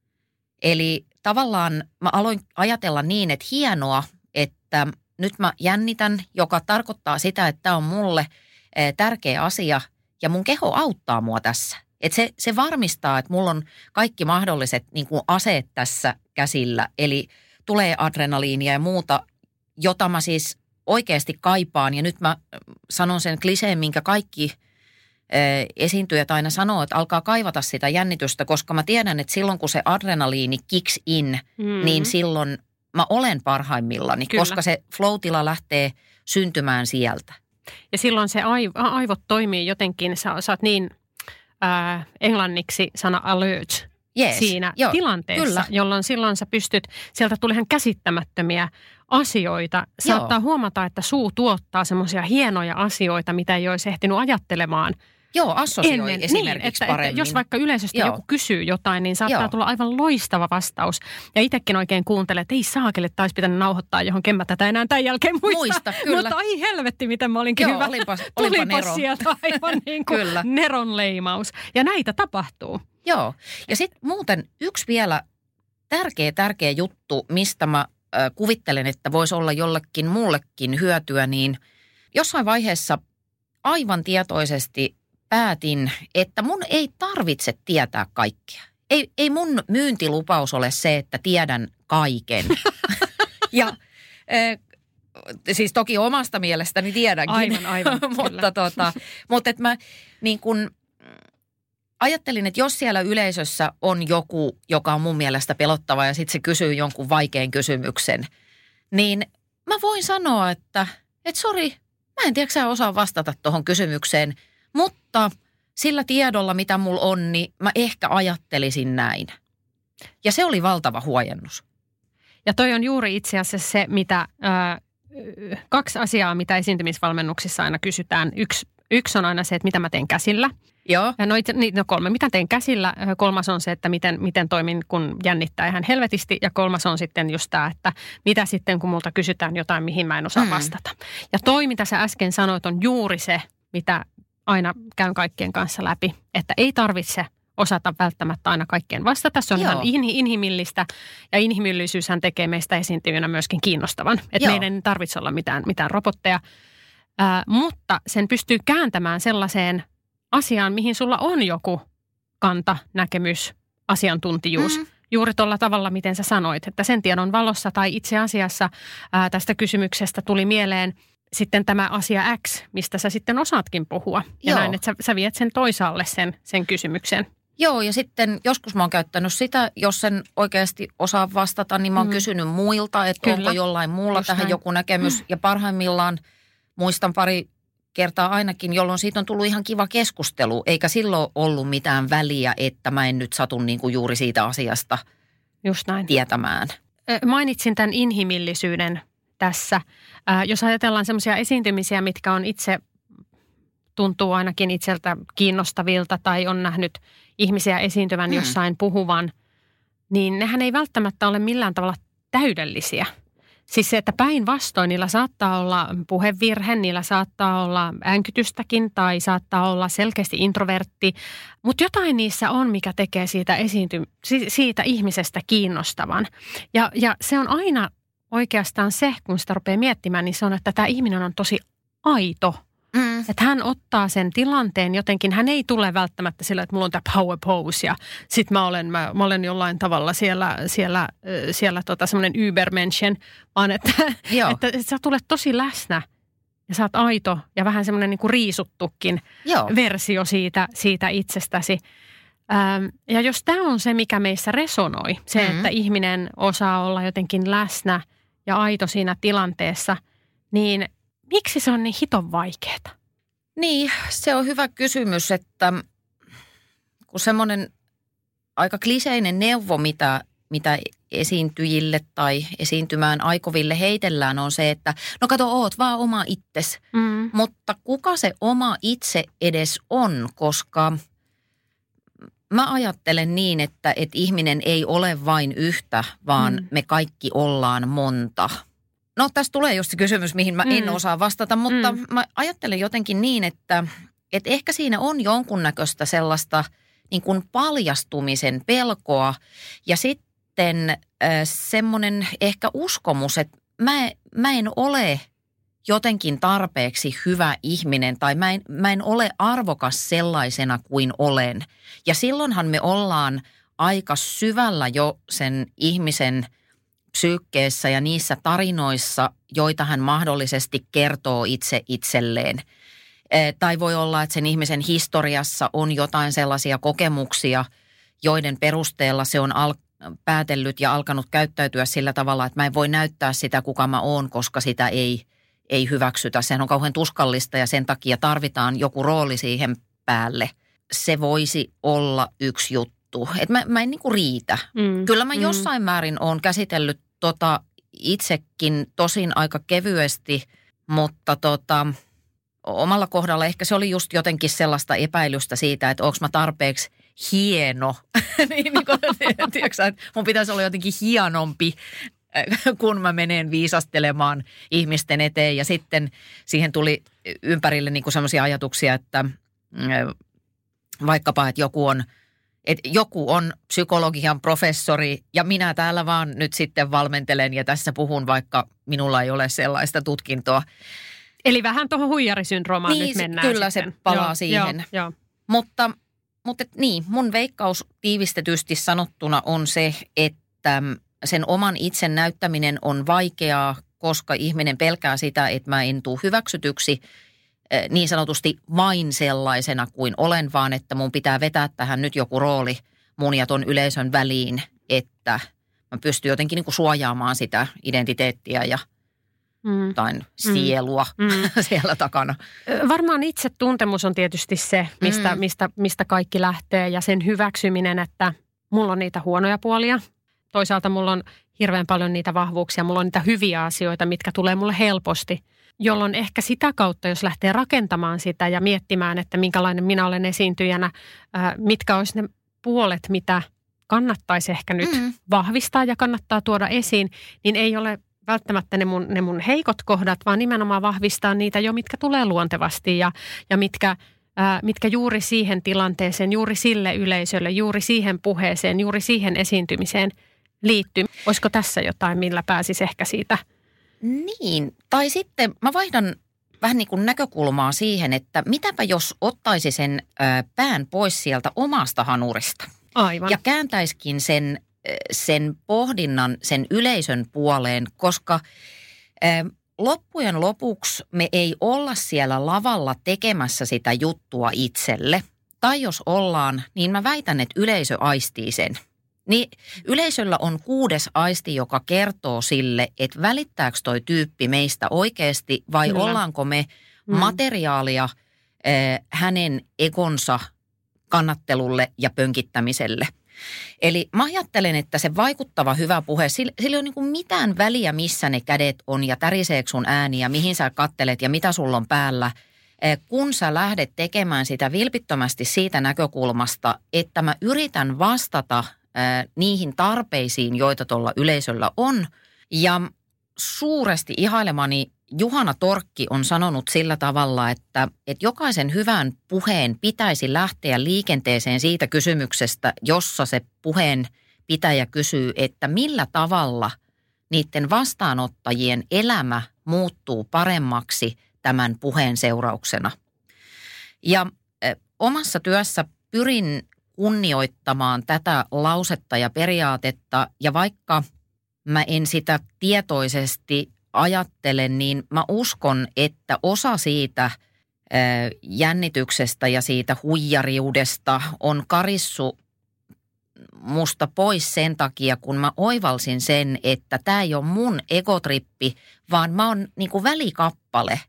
Eli tavallaan mä aloin ajatella niin, että hienoa, että nyt mä jännitän, joka tarkoittaa sitä, että tämä on mulle tärkeä asia ja mun keho auttaa mua tässä. Että se, se varmistaa, että mulla on kaikki mahdolliset niin kuin aseet tässä käsillä, eli tulee adrenaliinia ja muuta, jota mä siis oikeasti kaipaan. Ja nyt mä sanon sen kliseen, minkä kaikki esiintyjät aina sanoo, että alkaa kaivata sitä jännitystä, koska mä tiedän, että silloin kun se adrenaliini kicks in, mm-hmm. niin silloin mä olen parhaimmillani, Kyllä. koska se flow-tila lähtee syntymään sieltä. Ja silloin se aiv- aivot toimii jotenkin, sä, sä oot niin äh, englanniksi sana alert yes. siinä Joo, tilanteessa, kyllä. jolloin silloin sä pystyt, sieltä tulee ihan käsittämättömiä asioita. Saattaa Joo. huomata, että suu tuottaa semmoisia hienoja asioita, mitä ei olisi ehtinyt ajattelemaan. Joo, assosioi ennen. esimerkiksi niin, että, paremmin. Että jos vaikka yleisöstä Joo. joku kysyy jotain, niin saattaa Joo. tulla aivan loistava vastaus. Ja itsekin oikein kuuntelee, että ei saakeli, että olisi pitänyt nauhoittaa johonkin. Mä tätä enää tämän jälkeen muista. Muista, kyllä. Mutta ai helvetti, miten mä olinkin Joo, hyvä. olipas, olipa Tulipas nero. sieltä aivan niin kuin neron leimaus. Ja näitä tapahtuu. Joo. Ja sitten muuten yksi vielä tärkeä, tärkeä juttu, mistä mä äh, kuvittelen, että voisi olla jollekin muullekin hyötyä, niin jossain vaiheessa aivan tietoisesti päätin, että mun ei tarvitse tietää kaikkea. Ei, ei mun myyntilupaus ole se, että tiedän kaiken. ja äh, siis toki omasta mielestäni tiedänkin. Aivan, aivan. mutta tota, mutta että mä niin kun ajattelin, että jos siellä yleisössä on joku, joka on mun mielestä pelottava ja sitten se kysyy jonkun vaikean kysymyksen, niin mä voin sanoa, että et sori, mä en tiedä, sä osaa vastata tuohon kysymykseen, mutta sillä tiedolla, mitä mulla on, niin mä ehkä ajattelisin näin. Ja se oli valtava huojennus. Ja toi on juuri itse asiassa se, mitä äh, kaksi asiaa, mitä esiintymisvalmennuksissa aina kysytään. Yksi, yksi on aina se, että mitä mä teen käsillä. Joo. No, no kolme, mitä teen käsillä. Kolmas on se, että miten, miten toimin, kun jännittää ihan helvetisti. Ja kolmas on sitten just tämä, että mitä sitten, kun multa kysytään jotain, mihin mä en osaa mm. vastata. Ja toi, mitä sä äsken sanoit, on juuri se, mitä aina käyn kaikkien kanssa läpi. Että ei tarvitse osata välttämättä aina kaikkeen vastata. Se on Joo. ihan inhimillistä ja inhimillisyyshän tekee meistä esiintyjänä myöskin kiinnostavan. Että meidän ei tarvitse olla mitään, mitään robotteja. Äh, mutta sen pystyy kääntämään sellaiseen asiaan, mihin sulla on joku kanta, näkemys, asiantuntijuus. Mm. Juuri tuolla tavalla, miten sä sanoit, että sen tiedon valossa tai itse asiassa ää, tästä kysymyksestä tuli mieleen sitten tämä asia X, mistä sä sitten osaatkin puhua. Ja Joo. näin, että sä, sä viet sen toisaalle sen, sen kysymyksen. Joo, ja sitten joskus mä oon käyttänyt sitä, jos sen oikeasti osaa vastata, niin mä oon mm. kysynyt muilta, että Kyllä. onko jollain muulla Just tähän näin. joku näkemys. Mm. Ja parhaimmillaan muistan pari kertaa ainakin, jolloin siitä on tullut ihan kiva keskustelu, eikä silloin ollut mitään väliä, että mä en nyt satu niin kuin juuri siitä asiasta Just näin. tietämään. Mainitsin tämän inhimillisyyden tässä. Jos ajatellaan semmoisia esiintymisiä, mitkä on itse, tuntuu ainakin itseltä kiinnostavilta tai on nähnyt ihmisiä esiintyvän hmm. jossain puhuvan, niin nehän ei välttämättä ole millään tavalla täydellisiä. Siis se, että päinvastoin niillä saattaa olla puhevirhe, niillä saattaa olla änkytystäkin tai saattaa olla selkeästi introvertti, mutta jotain niissä on, mikä tekee siitä, esiinty- siitä ihmisestä kiinnostavan. Ja, ja se on aina oikeastaan se, kun sitä rupeaa miettimään, niin se on, että tämä ihminen on tosi aito. Mm. Että hän ottaa sen tilanteen jotenkin, hän ei tule välttämättä sillä, että mulla on tämä power pose ja sit mä olen, mä, mä olen jollain tavalla siellä, siellä, siellä tota semmoinen übermenschen, vaan että, että, että sä tulet tosi läsnä ja sä oot aito ja vähän semmoinen niin kuin riisuttukin Joo. versio siitä, siitä itsestäsi. Ähm, ja jos tämä on se, mikä meissä resonoi, se, mm-hmm. että ihminen osaa olla jotenkin läsnä ja aito siinä tilanteessa, niin miksi se on niin hiton vaikeaa? Niin, se on hyvä kysymys, että kun semmoinen aika kliseinen neuvo, mitä, mitä esiintyjille tai esiintymään aikoville heitellään, on se, että no kato, oot vaan oma itses. Mm. Mutta kuka se oma itse edes on, koska mä ajattelen niin, että, että ihminen ei ole vain yhtä, vaan mm. me kaikki ollaan monta. No tässä tulee just se kysymys, mihin mä en mm. osaa vastata, mutta mm. mä ajattelen jotenkin niin, että, että ehkä siinä on jonkunnäköistä sellaista niin kuin paljastumisen pelkoa ja sitten äh, semmoinen ehkä uskomus, että mä, mä en ole jotenkin tarpeeksi hyvä ihminen tai mä en, mä en ole arvokas sellaisena kuin olen. Ja silloinhan me ollaan aika syvällä jo sen ihmisen psyykkeessä ja niissä tarinoissa, joita hän mahdollisesti kertoo itse itselleen. E, tai voi olla, että sen ihmisen historiassa on jotain sellaisia kokemuksia, joiden perusteella se on al- päätellyt ja alkanut käyttäytyä sillä tavalla, että mä en voi näyttää sitä, kuka mä oon, koska sitä ei, ei hyväksytä. Sehän on kauhean tuskallista ja sen takia tarvitaan joku rooli siihen päälle. Se voisi olla yksi juttu. Että mä, mä en niinku riitä. Mm, Kyllä mä mm. jossain määrin oon käsitellyt tota itsekin tosin aika kevyesti, mutta tota, omalla kohdalla ehkä se oli just jotenkin sellaista epäilystä siitä, että onko mä tarpeeksi hieno. niin, niin kuin, tiedätkö, että mun pitäisi olla jotenkin hienompi, kun mä menen viisastelemaan ihmisten eteen. Ja sitten siihen tuli ympärille niin kuin sellaisia ajatuksia, että vaikkapa, että joku on Että joku on psykologian professori ja minä täällä vaan nyt sitten valmentelen ja tässä puhun, vaikka minulla ei ole sellaista tutkintoa. Eli vähän tuohon huijarisyndroomaan niin, nyt mennään kyllä sitten. se palaa joo, siihen. Joo, joo. Mutta, mutta niin, mun veikkaus tiivistetysti sanottuna on se, että sen oman itsen näyttäminen on vaikeaa, koska ihminen pelkää sitä, että mä en tule hyväksytyksi niin sanotusti vain sellaisena kuin olen, vaan että mun pitää vetää tähän nyt joku rooli mun ja ton yleisön väliin, että mä pystyn jotenkin niin kuin suojaamaan sitä identiteettiä ja mm. jotain sielua mm. siellä takana. Varmaan itsetuntemus on tietysti se, mistä, mm. mistä, mistä kaikki lähtee ja sen hyväksyminen, että mulla on niitä huonoja puolia. Toisaalta mulla on hirveän paljon niitä vahvuuksia, mulla on niitä hyviä asioita, mitkä tulee mulle helposti. Jolloin ehkä sitä kautta, jos lähtee rakentamaan sitä ja miettimään, että minkälainen minä olen esiintyjänä, ää, mitkä olisi ne puolet, mitä kannattaisi ehkä nyt mm. vahvistaa ja kannattaa tuoda esiin, niin ei ole välttämättä ne mun, ne mun heikot kohdat, vaan nimenomaan vahvistaa niitä jo, mitkä tulee luontevasti ja, ja mitkä, ää, mitkä juuri siihen tilanteeseen, juuri sille yleisölle, juuri siihen puheeseen, juuri siihen esiintymiseen liittyy. Olisiko tässä jotain, millä pääsisi ehkä siitä? Niin, tai sitten mä vaihdan vähän niin kuin näkökulmaa siihen, että mitäpä jos ottaisi sen ö, pään pois sieltä omasta hanurista. Aivan. Ja kääntäisikin sen, sen pohdinnan sen yleisön puoleen, koska ö, loppujen lopuksi me ei olla siellä lavalla tekemässä sitä juttua itselle. Tai jos ollaan, niin mä väitän, että yleisö aistii sen. Niin yleisöllä on kuudes aisti, joka kertoo sille, että välittääkö toi tyyppi meistä oikeasti vai Kyllä. ollaanko me mm. materiaalia äh, hänen egonsa kannattelulle ja pönkittämiselle. Eli mä ajattelen, että se vaikuttava hyvä puhe, sillä, sillä ei ole niin kuin mitään väliä, missä ne kädet on ja täriseekö sun ääni ja mihin sä kattelet ja mitä sulla on päällä. Äh, kun sä lähdet tekemään sitä vilpittömästi siitä näkökulmasta, että mä yritän vastata niihin tarpeisiin, joita tuolla yleisöllä on. Ja suuresti ihailemani Juhana Torkki on sanonut sillä tavalla, että, että jokaisen hyvän puheen pitäisi lähteä liikenteeseen siitä kysymyksestä, jossa se puheen pitäjä kysyy, että millä tavalla niiden vastaanottajien elämä muuttuu paremmaksi tämän puheen seurauksena. Ja ö, omassa työssä pyrin kunnioittamaan tätä lausetta ja periaatetta, ja vaikka mä en sitä tietoisesti ajattelen, niin mä uskon, että osa siitä jännityksestä ja siitä huijariudesta on karissu musta pois sen takia, kun mä oivalsin sen, että tämä ei ole mun egotrippi, vaan mä oon niin kuin välikappale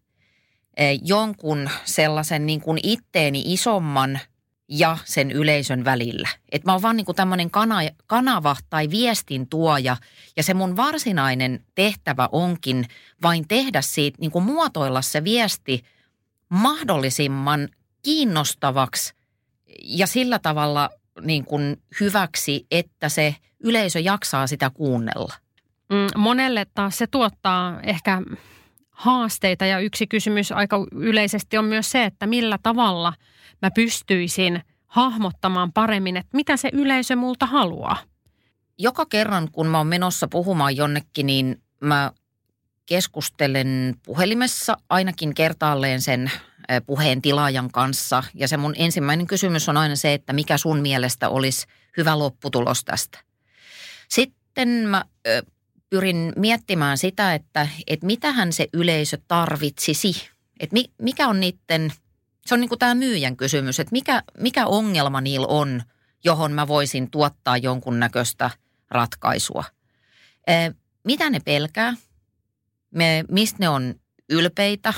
jonkun sellaisen niin kuin itteeni isomman ja sen yleisön välillä. Että mä oon vaan niin kuin tämmöinen kanava tai viestin tuoja ja se mun varsinainen tehtävä onkin vain tehdä siitä, niin kuin muotoilla se viesti mahdollisimman kiinnostavaksi ja sillä tavalla niin kuin hyväksi, että se yleisö jaksaa sitä kuunnella. Mm, monelle taas se tuottaa ehkä haasteita ja yksi kysymys aika yleisesti on myös se, että millä tavalla mä pystyisin hahmottamaan paremmin, että mitä se yleisö multa haluaa. Joka kerran, kun mä oon menossa puhumaan jonnekin, niin mä keskustelen puhelimessa ainakin kertaalleen sen puheen tilaajan kanssa. Ja se mun ensimmäinen kysymys on aina se, että mikä sun mielestä olisi hyvä lopputulos tästä. Sitten mä ö, pyrin miettimään sitä, että et mitähän se yleisö tarvitsisi. Että mi, mikä on niiden, se on niin kuin tämä myyjän kysymys, että mikä, mikä ongelma niillä on, johon mä voisin tuottaa jonkunnäköistä ratkaisua. Ö, mitä ne pelkää? Me, mistä ne on ylpeitä?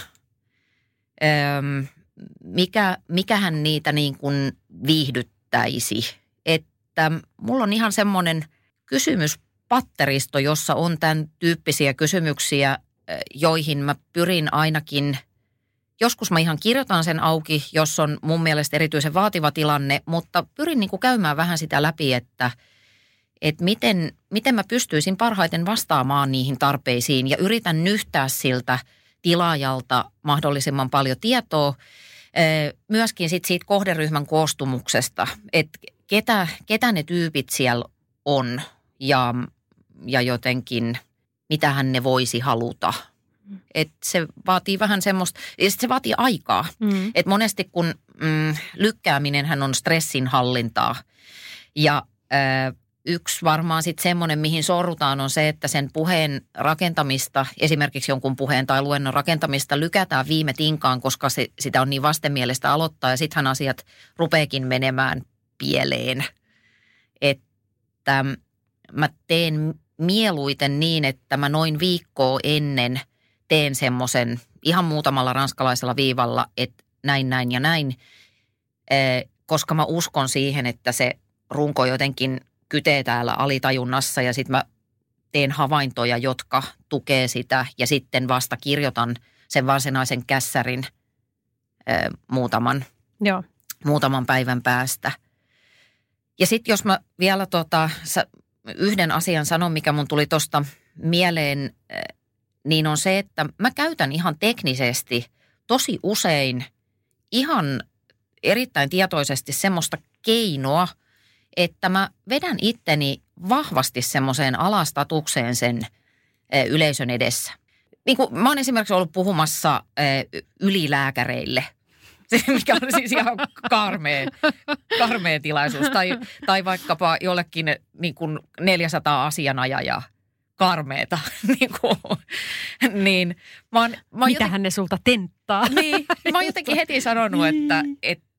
Öm, mikä, mikähän niitä niin kuin viihdyttäisi. Että mulla on ihan semmoinen kysymyspatteristo, jossa on tämän tyyppisiä kysymyksiä, joihin mä pyrin ainakin, joskus mä ihan kirjoitan sen auki, jos on mun mielestä erityisen vaativa tilanne, mutta pyrin niin kuin käymään vähän sitä läpi, että että miten, miten mä pystyisin parhaiten vastaamaan niihin tarpeisiin ja yritän nyhtää siltä tilaajalta mahdollisimman paljon tietoa. Myöskin sit siitä kohderyhmän koostumuksesta, että ketä, ketä ne tyypit siellä on ja, ja jotenkin mitähän ne voisi haluta. Että se vaatii vähän semmoista, ja se vaatii aikaa. Mm. Että monesti kun mm, lykkääminenhän on stressinhallintaa ja äh, yksi varmaan sitten semmoinen, mihin sorrutaan, on se, että sen puheen rakentamista, esimerkiksi jonkun puheen tai luennon rakentamista lykätään viime tinkaan, koska se, sitä on niin vastenmielistä aloittaa ja sittenhän asiat rupeekin menemään pieleen. Että mä teen mieluiten niin, että mä noin viikkoa ennen teen semmoisen ihan muutamalla ranskalaisella viivalla, että näin, näin ja näin, koska mä uskon siihen, että se runko jotenkin kytee täällä alitajunnassa ja sitten mä teen havaintoja, jotka tukee sitä ja sitten vasta kirjoitan sen varsinaisen kässärin ö, muutaman, Joo. muutaman päivän päästä. Ja sitten jos mä vielä tota, yhden asian sanon, mikä mun tuli tuosta mieleen, niin on se, että mä käytän ihan teknisesti tosi usein ihan erittäin tietoisesti semmoista keinoa, että mä vedän itteni vahvasti semmoiseen alastatukseen sen e, yleisön edessä. Niin kuin mä oon esimerkiksi ollut puhumassa e, ylilääkäreille, mikä on siis ihan karmea, karmea tilaisuus. Tai, tai vaikkapa jollekin niin kuin neljäsataa asianajajaa karmeeta. niin, kuin, niin mä oon, mä oon Mitähän joten... ne sulta tenttaa? Niin, mä oon jotenkin heti sanonut, että... että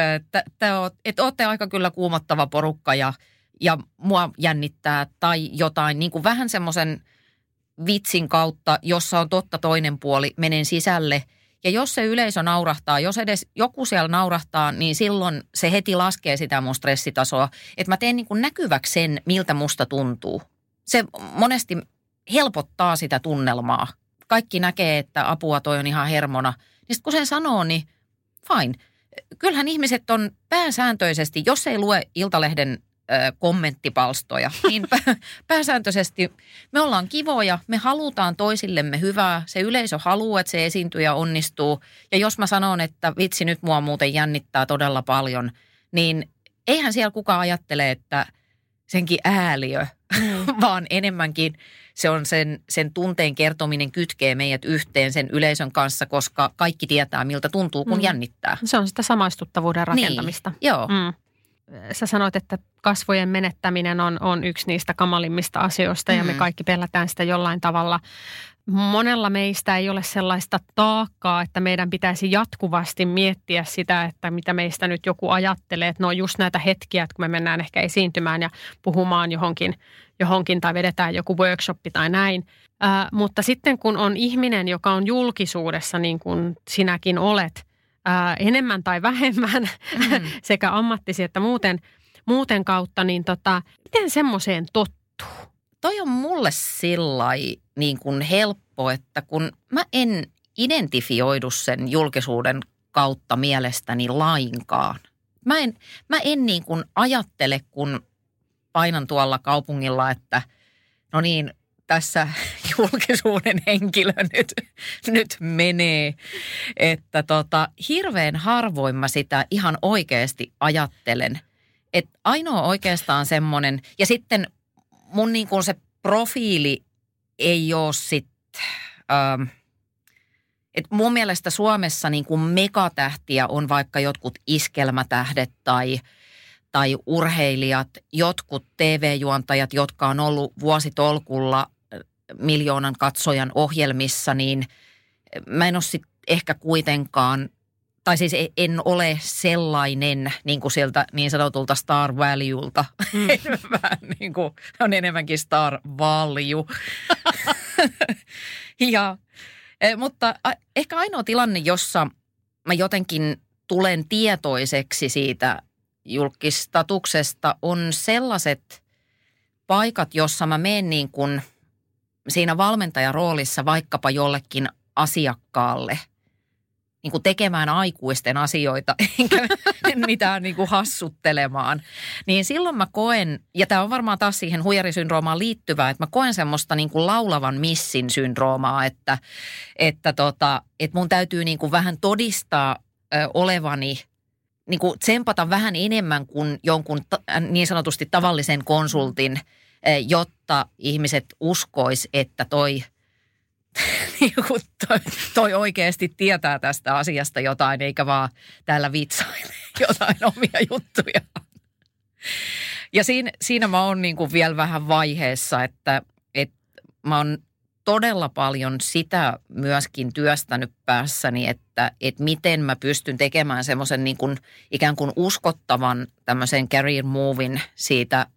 että olette aika kyllä kuumottava porukka ja, ja mua jännittää tai jotain niin kuin vähän semmoisen vitsin kautta, jossa on totta toinen puoli, menen sisälle. Ja jos se yleisö naurahtaa, jos edes joku siellä naurahtaa, niin silloin se heti laskee sitä mun stressitasoa. Että mä teen niin kuin näkyväksi sen, miltä musta tuntuu. Se monesti helpottaa sitä tunnelmaa. Kaikki näkee, että apua toi on ihan hermona. Niin sitten kun sen sanoo, niin fine. Kyllähän ihmiset on pääsääntöisesti, jos ei lue Iltalehden ö, kommenttipalstoja, niin pääsääntöisesti me ollaan kivoja, me halutaan toisillemme hyvää, se yleisö haluaa, että se esiintyjä onnistuu. Ja jos mä sanon, että vitsi nyt mua muuten jännittää todella paljon, niin eihän siellä kukaan ajattele, että senkin ääliö, mm. vaan enemmänkin se on sen, sen tunteen kertominen kytkee meidät yhteen sen yleisön kanssa, koska kaikki tietää, miltä tuntuu, kun mm. jännittää. Se on sitä samaistuttavuuden rakentamista. Niin, joo. Mm. Sä sanoit, että kasvojen menettäminen on, on yksi niistä kamalimmista asioista mm. ja me kaikki pelätään sitä jollain tavalla. monella meistä ei ole sellaista taakkaa, että meidän pitäisi jatkuvasti miettiä sitä, että mitä meistä nyt joku ajattelee. Että ne on just näitä hetkiä, että kun me mennään ehkä esiintymään ja puhumaan johonkin, johonkin tai vedetään joku workshoppi tai näin. Ää, mutta sitten kun on ihminen, joka on julkisuudessa niin kuin sinäkin olet, ää, enemmän tai vähemmän mm. sekä ammattisi että muuten, muuten kautta, niin tota, miten semmoiseen tottuu? Toi on mulle sillai niin kuin helppo, että kun mä en identifioidu sen julkisuuden kautta mielestäni lainkaan. Mä en, mä en niin kuin ajattele, kun painan tuolla kaupungilla, että no niin, tässä julkisuuden henkilö nyt, nyt menee. Että tota, hirveän harvoin mä sitä ihan oikeasti ajattelen. Että ainoa oikeastaan semmoinen, ja sitten mun niin kuin se profiili ei ole sitten, ähm, että mun mielestä Suomessa niin kuin megatähtiä on vaikka jotkut iskelmätähdet tai, tai urheilijat, jotkut T V-juontajat, jotka on ollut vuositolkulla miljoonan katsojan ohjelmissa, niin mä en ole sitten ehkä kuitenkaan, tai siis en ole sellainen niin kuin sieltä niin sanotulta star valuelta. Mm. Vähän niin kuin, on enemmänkin star value. ja, mutta ehkä ainoa tilanne, jossa mä jotenkin tulen tietoiseksi siitä julkistatuksesta, on sellaiset paikat, jossa mä menen niin kuin siinä valmentajaroolissa vaikkapa jollekin asiakkaalle niin kuin tekemään aikuisten asioita, enkä mitään niin kuin hassuttelemaan. Niin silloin mä koen, ja tämä on varmaan taas siihen huijarisyndroomaan liittyvää, että mä koen semmoista niin kuin laulavan missin syndroomaa, että, että, tota, että mun täytyy niin kuin vähän todistaa ö, olevani, niin kuin tsempata vähän enemmän kuin jonkun ta, niin sanotusti tavallisen konsultin, jotta ihmiset uskois, että toi, toi, toi oikeasti tietää tästä asiasta jotain, eikä vaan täällä vitsaile jotain omia juttuja. Ja siinä, siinä mä oon niin kuin vielä vähän vaiheessa, että, että mä oon todella paljon sitä myöskin työstänyt päässäni, että, että miten mä pystyn tekemään semmoisen niin kuin ikään kuin uskottavan tämmöisen career movin siitä,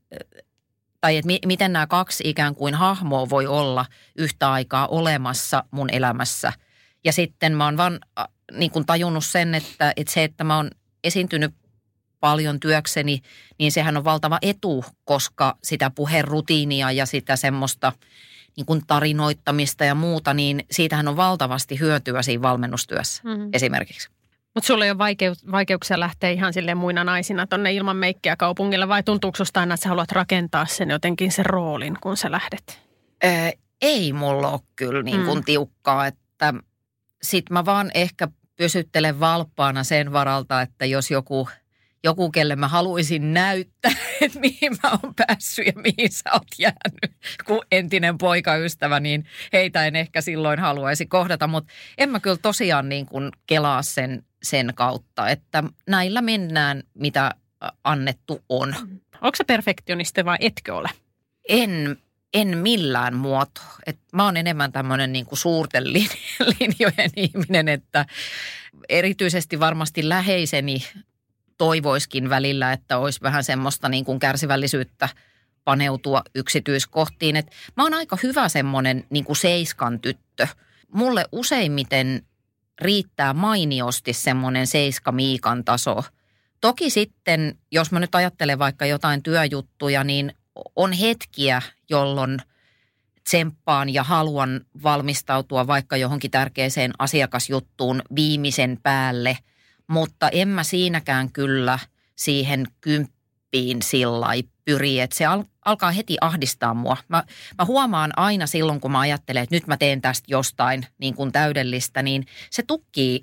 tai että mi- miten nämä kaksi ikään kuin hahmoa voi olla yhtä aikaa olemassa mun elämässä. Ja sitten mä oon vaan äh, niin kuin tajunnut sen, että, että se, että mä oon esiintynyt paljon työkseni, niin sehän on valtava etu, koska sitä puherutiinia ja sitä semmoista niin kuin tarinoittamista ja muuta, niin siitähän on valtavasti hyötyä siinä valmennustyössä mm-hmm. esimerkiksi. Mutta sulla ei ole vaikeuk- vaikeuksia lähteä ihan silleen muina naisina tonne ilman meikkiä kaupungille, vai tuntuuko susta aina, että sä haluat rakentaa sen jotenkin sen roolin, kun sä lähdet? Ää, ei mulla ole kyllä niin kuin mm. tiukkaa, että sit mä vaan ehkä pysyttelen valppaana sen varalta, että jos joku, joku kelle mä haluaisin näyttää, että mihin mä oon päässyt ja mihin sä oot jäänyt, kun entinen poikaystävä, niin heitä en ehkä silloin haluaisi kohdata, mutta en mä kyllä tosiaan niin kuin kelaa sen sen kautta, että näillä mennään, mitä annettu on. Onko se perfektionisti vai etkö ole? En, en millään muotoa. Et mä oon enemmän tämmöinen niin kuin suurten linjojen ihminen, että erityisesti varmasti läheiseni toivoiskin välillä, että olisi vähän semmoista niin kuin kärsivällisyyttä paneutua yksityiskohtiin. Et mä oon aika hyvä semmoinen niin kuin seiskan tyttö. Mulle useimmiten riittää mainiosti semmoinen seiska Miikan taso. Toki sitten, jos mä nyt ajattelen vaikka jotain työjuttuja, niin on hetkiä, jolloin tsemppaan ja haluan valmistautua vaikka johonkin tärkeäseen asiakasjuttuun viimeisen päälle, mutta en mä siinäkään kyllä siihen kymppiin sillai pyri, että se al- alkaa heti ahdistaa mua. Mä, mä huomaan aina silloin, kun mä ajattelen, että nyt mä teen tästä jostain niin kuin täydellistä, niin se tukkii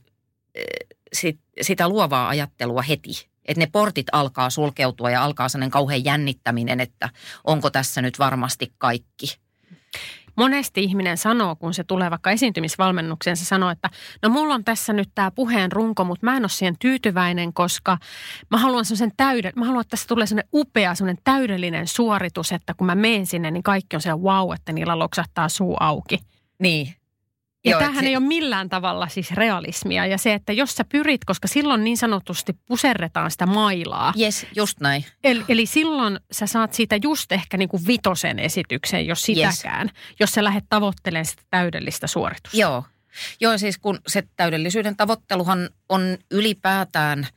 sit, sitä luovaa ajattelua heti. Että ne portit alkaa sulkeutua ja alkaa sellainen kauhean jännittäminen, että onko tässä nyt varmasti kaikki. Monesti ihminen sanoo, kun se tulee vaikka esiintymisvalmennukseen, se sanoo, että no mulla on tässä nyt tämä puheen runko, mutta mä en ole siihen tyytyväinen, koska mä haluan sen täyden, mä haluan, että tässä tulee sellainen upea, sellainen täydellinen suoritus, että kun mä menen sinne, niin kaikki on se wow, että niillä loksahtaa suu auki. Niin. Ja Joo, tämähän se... ei ole millään tavalla siis realismia. Ja se, että jos sä pyrit, koska silloin niin sanotusti puserretaan sitä mailaa. Jes, just näin. Eli, eli silloin sä saat siitä just ehkä niin kuin vitosen esityksen, jos sitäkään. Yes. Jos sä lähdet tavoittelemaan sitä täydellistä suoritusta. Joo. Joo, siis kun se täydellisyyden tavoitteluhan on ylipäätään,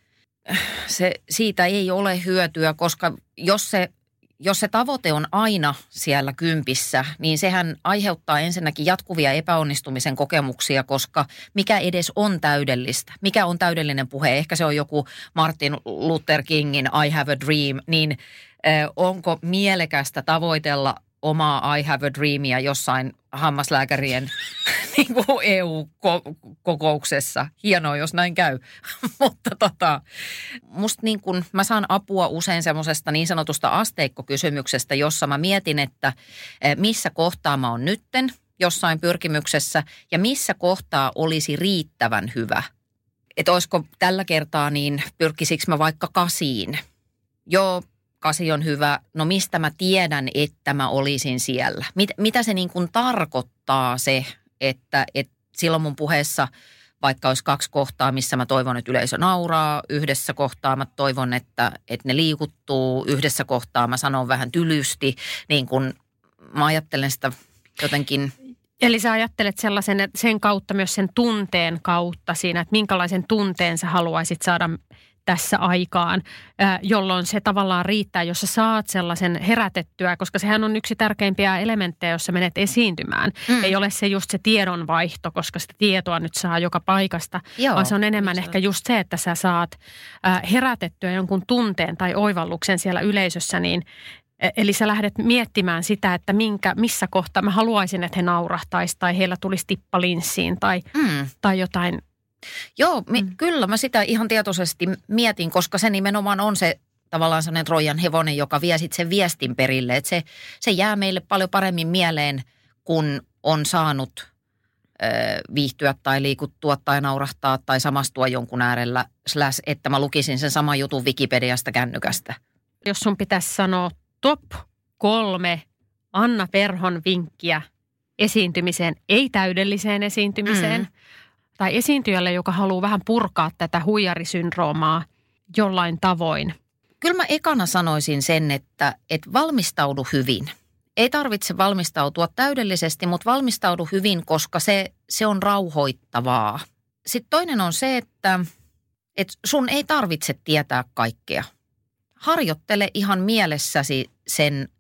se, siitä ei ole hyötyä, koska jos se, jos se tavoite on aina siellä kympissä, niin sehän aiheuttaa ensinnäkin jatkuvia epäonnistumisen kokemuksia, koska mikä edes on täydellistä? Mikä on täydellinen puhe? Ehkä se on joku Martin Luther Kingin I have a dream, niin äh, onko mielekästä tavoitella omaa I have a dreamia jossain hammaslääkärien niin kuin E U-kokouksessa. Hienoa, jos näin käy. Mutta tota, musta niin kuin mä saan apua usein semmoisesta niin sanotusta asteikkokysymyksestä, jossa mä mietin, että missä kohtaa mä oon nytten jossain pyrkimyksessä ja missä kohtaa olisi riittävän hyvä. Että olisiko tällä kertaa niin pyrkisikö mä vaikka kasiin? Joo, kasi on hyvä. No mistä mä tiedän, että mä olisin siellä? Mit, mitä se niin kuin tarkoittaa se, että, että silloin mun puheessa vaikka olisi kaksi kohtaa, missä mä toivon, että yleisö nauraa. Yhdessä kohtaa mä toivon, että, että ne liikuttuu. Yhdessä kohtaa mä sanon vähän tylysti. Niin kun mä ajattelen sitä jotenkin... Eli sä ajattelet sellaisen, että sen kautta myös sen tunteen kautta siinä, että minkälaisen tunteen sä haluaisit saada tässä aikaan, jolloin se tavallaan riittää, jos sä saat sellaisen herätettyä, koska sehän on yksi tärkeimpiä elementtejä, jos sä menet esiintymään. Mm. Ei ole se just se tiedonvaihto, koska sitä tietoa nyt saa joka paikasta, Joo, vaan se on enemmän just ehkä just se, että sä saat herätettyä jonkun tunteen tai oivalluksen siellä yleisössä, niin eli sä lähdet miettimään sitä, että minkä, missä kohtaa mä haluaisin, että he naurahtaisi tai heillä tulisi tippa linssiin tai, mm. tai jotain. Joo, mi- mm. kyllä mä sitä ihan tietoisesti mietin, koska se nimenomaan on se tavallaan sellainen Trojan hevonen, joka vie sitten sen viestin perille. Että se, se jää meille paljon paremmin mieleen, kun on saanut ö, viihtyä tai liikuttua tai naurahtaa tai samastua jonkun äärellä, slash, että mä lukisin sen saman jutun Wikipediasta kännykästä. Jos sun pitäisi sanoa top kolme Anna Perhon vinkkiä esiintymiseen, ei täydelliseen esiintymiseen, mm. tai esiintyjälle, joka haluaa vähän purkaa tätä huijarisyndroomaa jollain tavoin. Kyllä mä ekana sanoisin sen, että, että valmistaudu hyvin. Ei tarvitse valmistautua täydellisesti, mutta valmistaudu hyvin, koska se, se on rauhoittavaa. Sitten toinen on se, että, että sun ei tarvitse tietää kaikkea. Harjoittele ihan mielessäsi sen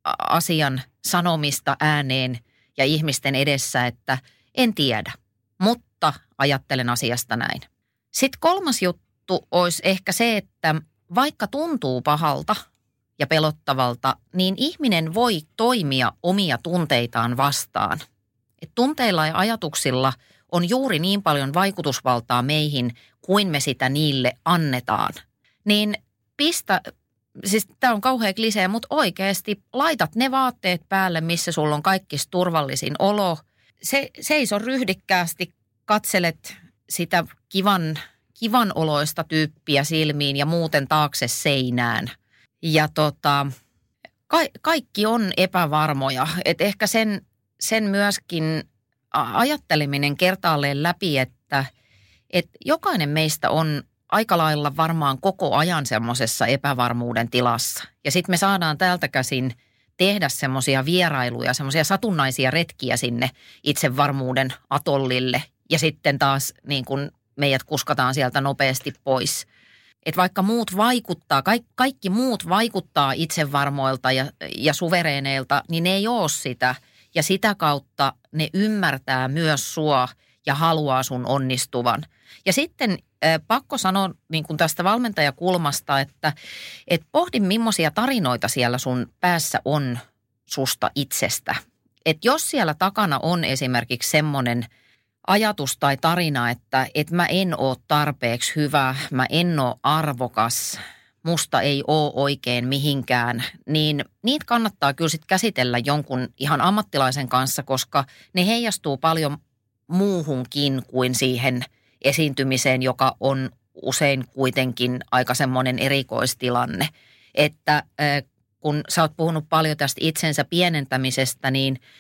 asian sanomista ääneen ja ihmisten edessä, että en tiedä, mutta ajattelen asiasta näin. Sitten kolmas juttu olisi ehkä se, että vaikka tuntuu pahalta ja pelottavalta, niin ihminen voi toimia omia tunteitaan vastaan. Et tunteilla ja ajatuksilla on juuri niin paljon vaikutusvaltaa meihin, kuin me sitä niille annetaan. Niin pistä, siis tämä on kauhea klisee, mutta oikeasti laitat ne vaatteet päälle, missä sulla on kaikista turvallisin olo. Se, seiso ryhdikkäästi, katselet sitä kivan, kivan oloista tyyppiä silmiin ja muuten taakse seinään. Ja tota, ka, kaikki on epävarmoja. Et ehkä sen, sen myöskin ajatteleminen kertaalleen läpi, että et jokainen meistä on aika lailla varmaan koko ajan semmoisessa epävarmuuden tilassa. Ja sitten me saadaan täältä käsin tehdä semmoisia vierailuja, semmoisia satunnaisia retkiä sinne itsevarmuuden atollille. Ja sitten taas niin kun meidät kuskataan sieltä nopeasti pois. Että vaikka muut vaikuttaa, kaikki, kaikki muut vaikuttaa itsevarmoilta ja, ja suvereeneilta, niin ne ei ole sitä. Ja sitä kautta ne ymmärtää myös sua ja haluaa sun onnistuvan. Ja sitten äh, pakko sanoa niin kuin tästä valmentajakulmasta, että et pohdi millaisia tarinoita siellä sun päässä on susta itsestä. Että jos siellä takana on esimerkiksi semmoinen ajatus tai tarina, että et mä en ole tarpeeksi hyvä, mä en ole arvokas, musta ei ole oikein mihinkään, niin niitä kannattaa kyllä sitten käsitellä jonkun ihan ammattilaisen kanssa, koska ne heijastuu paljon muuhunkin kuin siihen esiintymiseen, joka on usein kuitenkin aika semmoinen erikoistilanne. Että äh, kun sä oot puhunut paljon tästä itsensä pienentämisestä, niin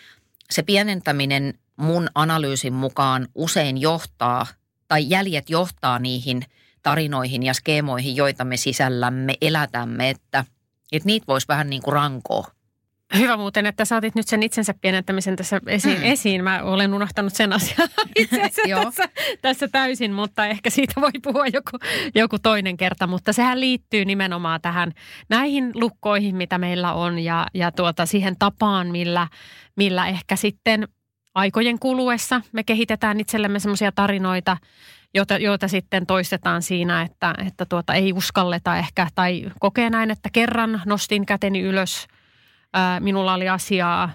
se pienentäminen mun analyysin mukaan usein johtaa, tai jäljet johtaa niihin tarinoihin ja skeemoihin, joita me sisällämme elätämme, että, että niitä voisi vähän niin kuin rankoa. Hyvä muuten, että saatit nyt sen itsensä pienentämisen tässä esiin. Mm. esiin. Mä olen unohtanut sen asian itse asiassa tässä, tässä täysin, mutta ehkä siitä voi puhua joku, joku toinen kerta. Mutta sehän liittyy nimenomaan tähän näihin lukkoihin, mitä meillä on ja, ja tuota, siihen tapaan, millä, millä ehkä sitten aikojen kuluessa me kehitetään itsellemme semmoisia tarinoita, joita, joita sitten toistetaan siinä, että, että tuota, ei uskalleta ehkä tai kokee näin, että kerran nostin käteni ylös. Ää, minulla oli asiaa,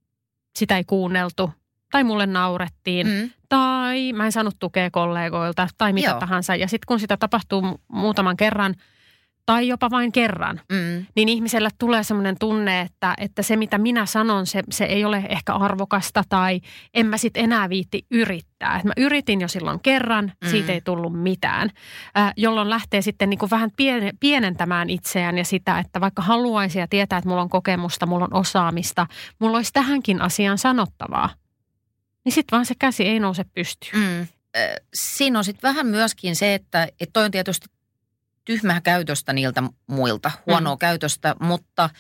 sitä ei kuunneltu tai mulle naurettiin mm. tai mä en saanut tukea kollegoilta tai mitä Joo. tahansa. Ja sitten kun sitä tapahtuu muutaman kerran tai jopa vain kerran, mm. niin ihmisellä tulee semmoinen tunne, että, että se mitä minä sanon, se, se ei ole ehkä arvokasta tai en mä sitten enää viitti yrittää. Et mä yritin jo silloin kerran, mm. siitä ei tullut mitään, äh, jolloin lähtee sitten niin kuin vähän piene, pienentämään itseään ja sitä, että vaikka haluaisi ja tietää, että mulla on kokemusta, mulla on osaamista, mulla olisi tähänkin asiaan sanottavaa, niin sitten vaan se käsi ei nouse pystyyn. Mm. Siinä on sitten vähän myöskin se, että, että toi on tietysti tyhmää käytöstä niiltä muilta, huonoa mm. käytöstä, mutta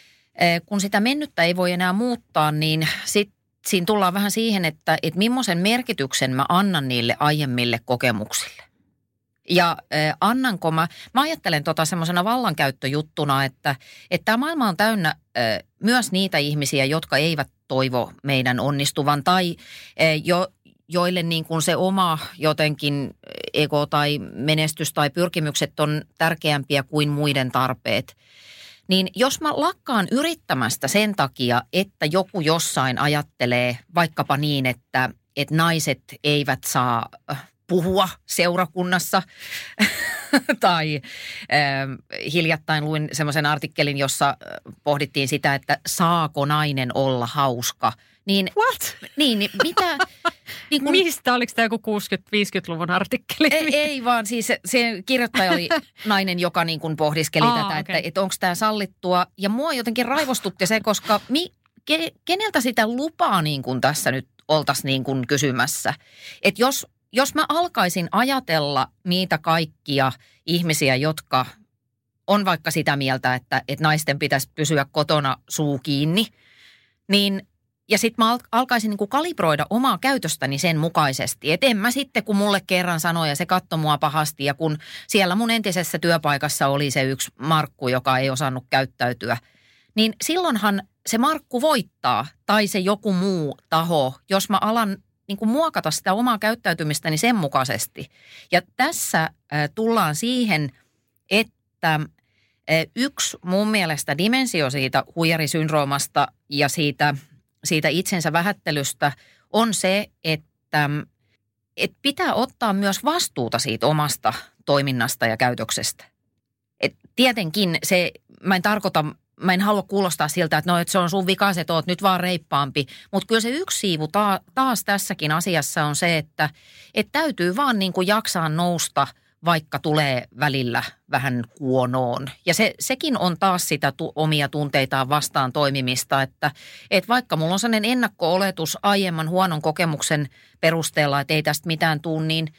kun sitä mennyttä ei voi enää muuttaa, niin sitten siinä tullaan vähän siihen, että, että millaisen merkityksen mä annan niille aiemmille kokemuksille. Ja äh, annanko mä, mä ajattelen tota semmoisena vallankäyttöjuttuna, että että tämä maailma on täynnä äh, myös niitä ihmisiä, jotka eivät toivo meidän onnistuvan tai äh, jo joille niin kuin se oma jotenkin ego tai menestys tai pyrkimykset on tärkeämpiä kuin muiden tarpeet. Niin jos mä lakkaan yrittämästä sen takia, että joku jossain ajattelee vaikkapa niin, että, että naiset eivät saa puhua seurakunnassa tai äh, hiljattain luin semmoisen artikkelin, jossa pohdittiin sitä, että saako nainen olla hauska. Niin, What? Niin, niin mitä... Niin kun, mistä? Oliko tämä joku kuusikymmentä-viisikymmentäluvun artikkeli? Ei, ei vaan siis se, se kirjoittaja oli nainen, joka niin kuin pohdiskeli Aa, tätä, okay. että, että onko tämä sallittua. Ja mua jotenkin raivostutti se, koska mi, ke, keneltä sitä lupaa niin kuin tässä nyt oltaisiin niin kuin kysymässä. Että jos, jos mä alkaisin ajatella niitä kaikkia ihmisiä, jotka on vaikka sitä mieltä, että, että naisten pitäisi pysyä kotona suu kiinni, niin... Ja sitten mä alkaisin niinku kalibroida omaa käytöstäni sen mukaisesti. Että en mä sitten, kun mulle kerran sanoi ja se katsoi mua pahasti. Ja kun siellä mun entisessä työpaikassa oli se yksi Markku, joka ei osannut käyttäytyä. Niin silloinhan se Markku voittaa tai se joku muu taho, jos mä alan niinku muokata sitä omaa käyttäytymistäni sen mukaisesti. Ja tässä äh, tullaan siihen, että... Yksi mun mielestä dimensio siitä huijarisyndroomasta ja siitä... siitä itsensä vähättelystä on se, että, että pitää ottaa myös vastuuta siitä omasta toiminnasta ja käytöksestä. Et tietenkin se, mä en tarkoita, mä en halua kuulostaa siltä, että no, että se on sun vika, että oot nyt vaan reippaampi. Mutta kyllä se yksi siivu ta, taas tässäkin asiassa on se, että et täytyy vaan niin kuin jaksaa nousta, vaikka tulee välillä vähän kuonoon. Ja se, sekin on taas sitä tu, omia tunteitaan vastaan toimimista, että, että vaikka mulla on sellainen ennakko-oletus aiemman huonon kokemuksen perusteella, että ei tästä mitään tule, niin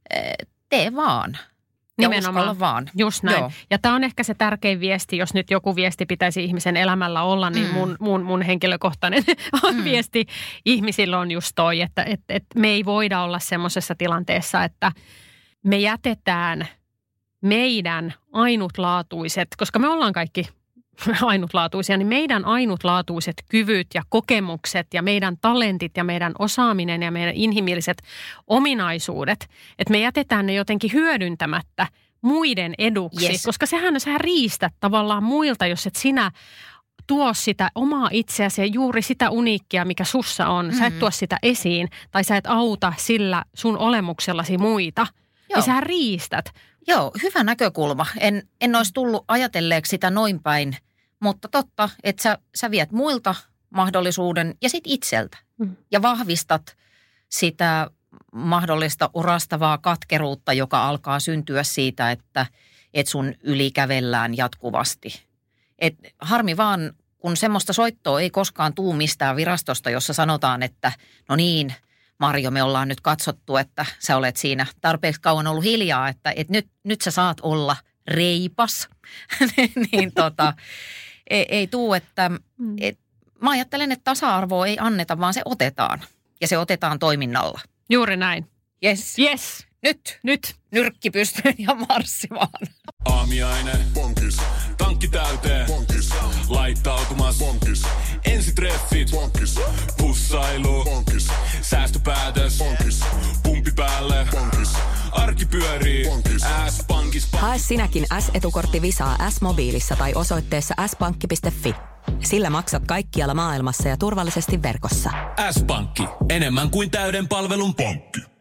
tee vaan. Ja uskalla vaan. Just näin. Joo. Ja tämä on ehkä se tärkein viesti, jos nyt joku viesti pitäisi ihmisen elämällä olla, niin mm. mun, mun, mun henkilökohtainen mm. viesti ihmisillä on just toi, että et, et me ei voida olla semmoisessa tilanteessa, että me jätetään meidän ainutlaatuiset, koska me ollaan kaikki ainutlaatuisia, niin meidän ainutlaatuiset kyvyt ja kokemukset ja meidän talentit ja meidän osaaminen ja meidän inhimilliset ominaisuudet, että me jätetään ne jotenkin hyödyntämättä muiden eduksi, yes. koska sehän sä riistät tavallaan muilta, jos et sinä tuo sitä omaa itseäsi ja juuri sitä uniikkia, mikä sussa on. Mm-hmm. Sä et tuo sitä esiin tai sä et auta sillä sun olemuksellasi muita. Joo. Ja sä riistät. Joo, hyvä näkökulma. En, en olisi tullut ajatelleeksi sitä noin päin, mutta totta, että sä, sä viet muilta mahdollisuuden ja sit itseltä. Mm. Ja vahvistat sitä mahdollista orastavaa katkeruutta, joka alkaa syntyä siitä, että et sun yli kävellään jatkuvasti. Et harmi vaan, kun semmoista soittoa ei koskaan tuu mistään virastosta, jossa sanotaan, että no niin, Marjo, me ollaan nyt katsottu, että sä olet siinä tarpeeksi kauan ollut hiljaa, että et nyt, nyt sä saat olla reipas. niin tota, ei, ei tuu, että et, mä ajattelen, että tasa-arvoa ei anneta, vaan se otetaan. Ja se otetaan toiminnalla. Juuri näin. Yes. Yes. Nyt. Nyt. Nyrkki pystyyn ja marssi vaan. Aamiainen. Bonkis. Tankki täyteen. Bonkis. Laittautumas. Bonkis. Ensitreffit. Bonkis. Pussailu. Bonkis. Säästöpäätös. Bonkis. Pumpi päälle. Bonkis. Arki pyörii. Bonkis. S-pankis. Hae sinäkin S-etukortti Visaa S-mobiilissa tai osoitteessa s pankki piste fi. Sillä maksat kaikkialla maailmassa ja turvallisesti verkossa. S-pankki. Enemmän kuin täyden palvelun pankki.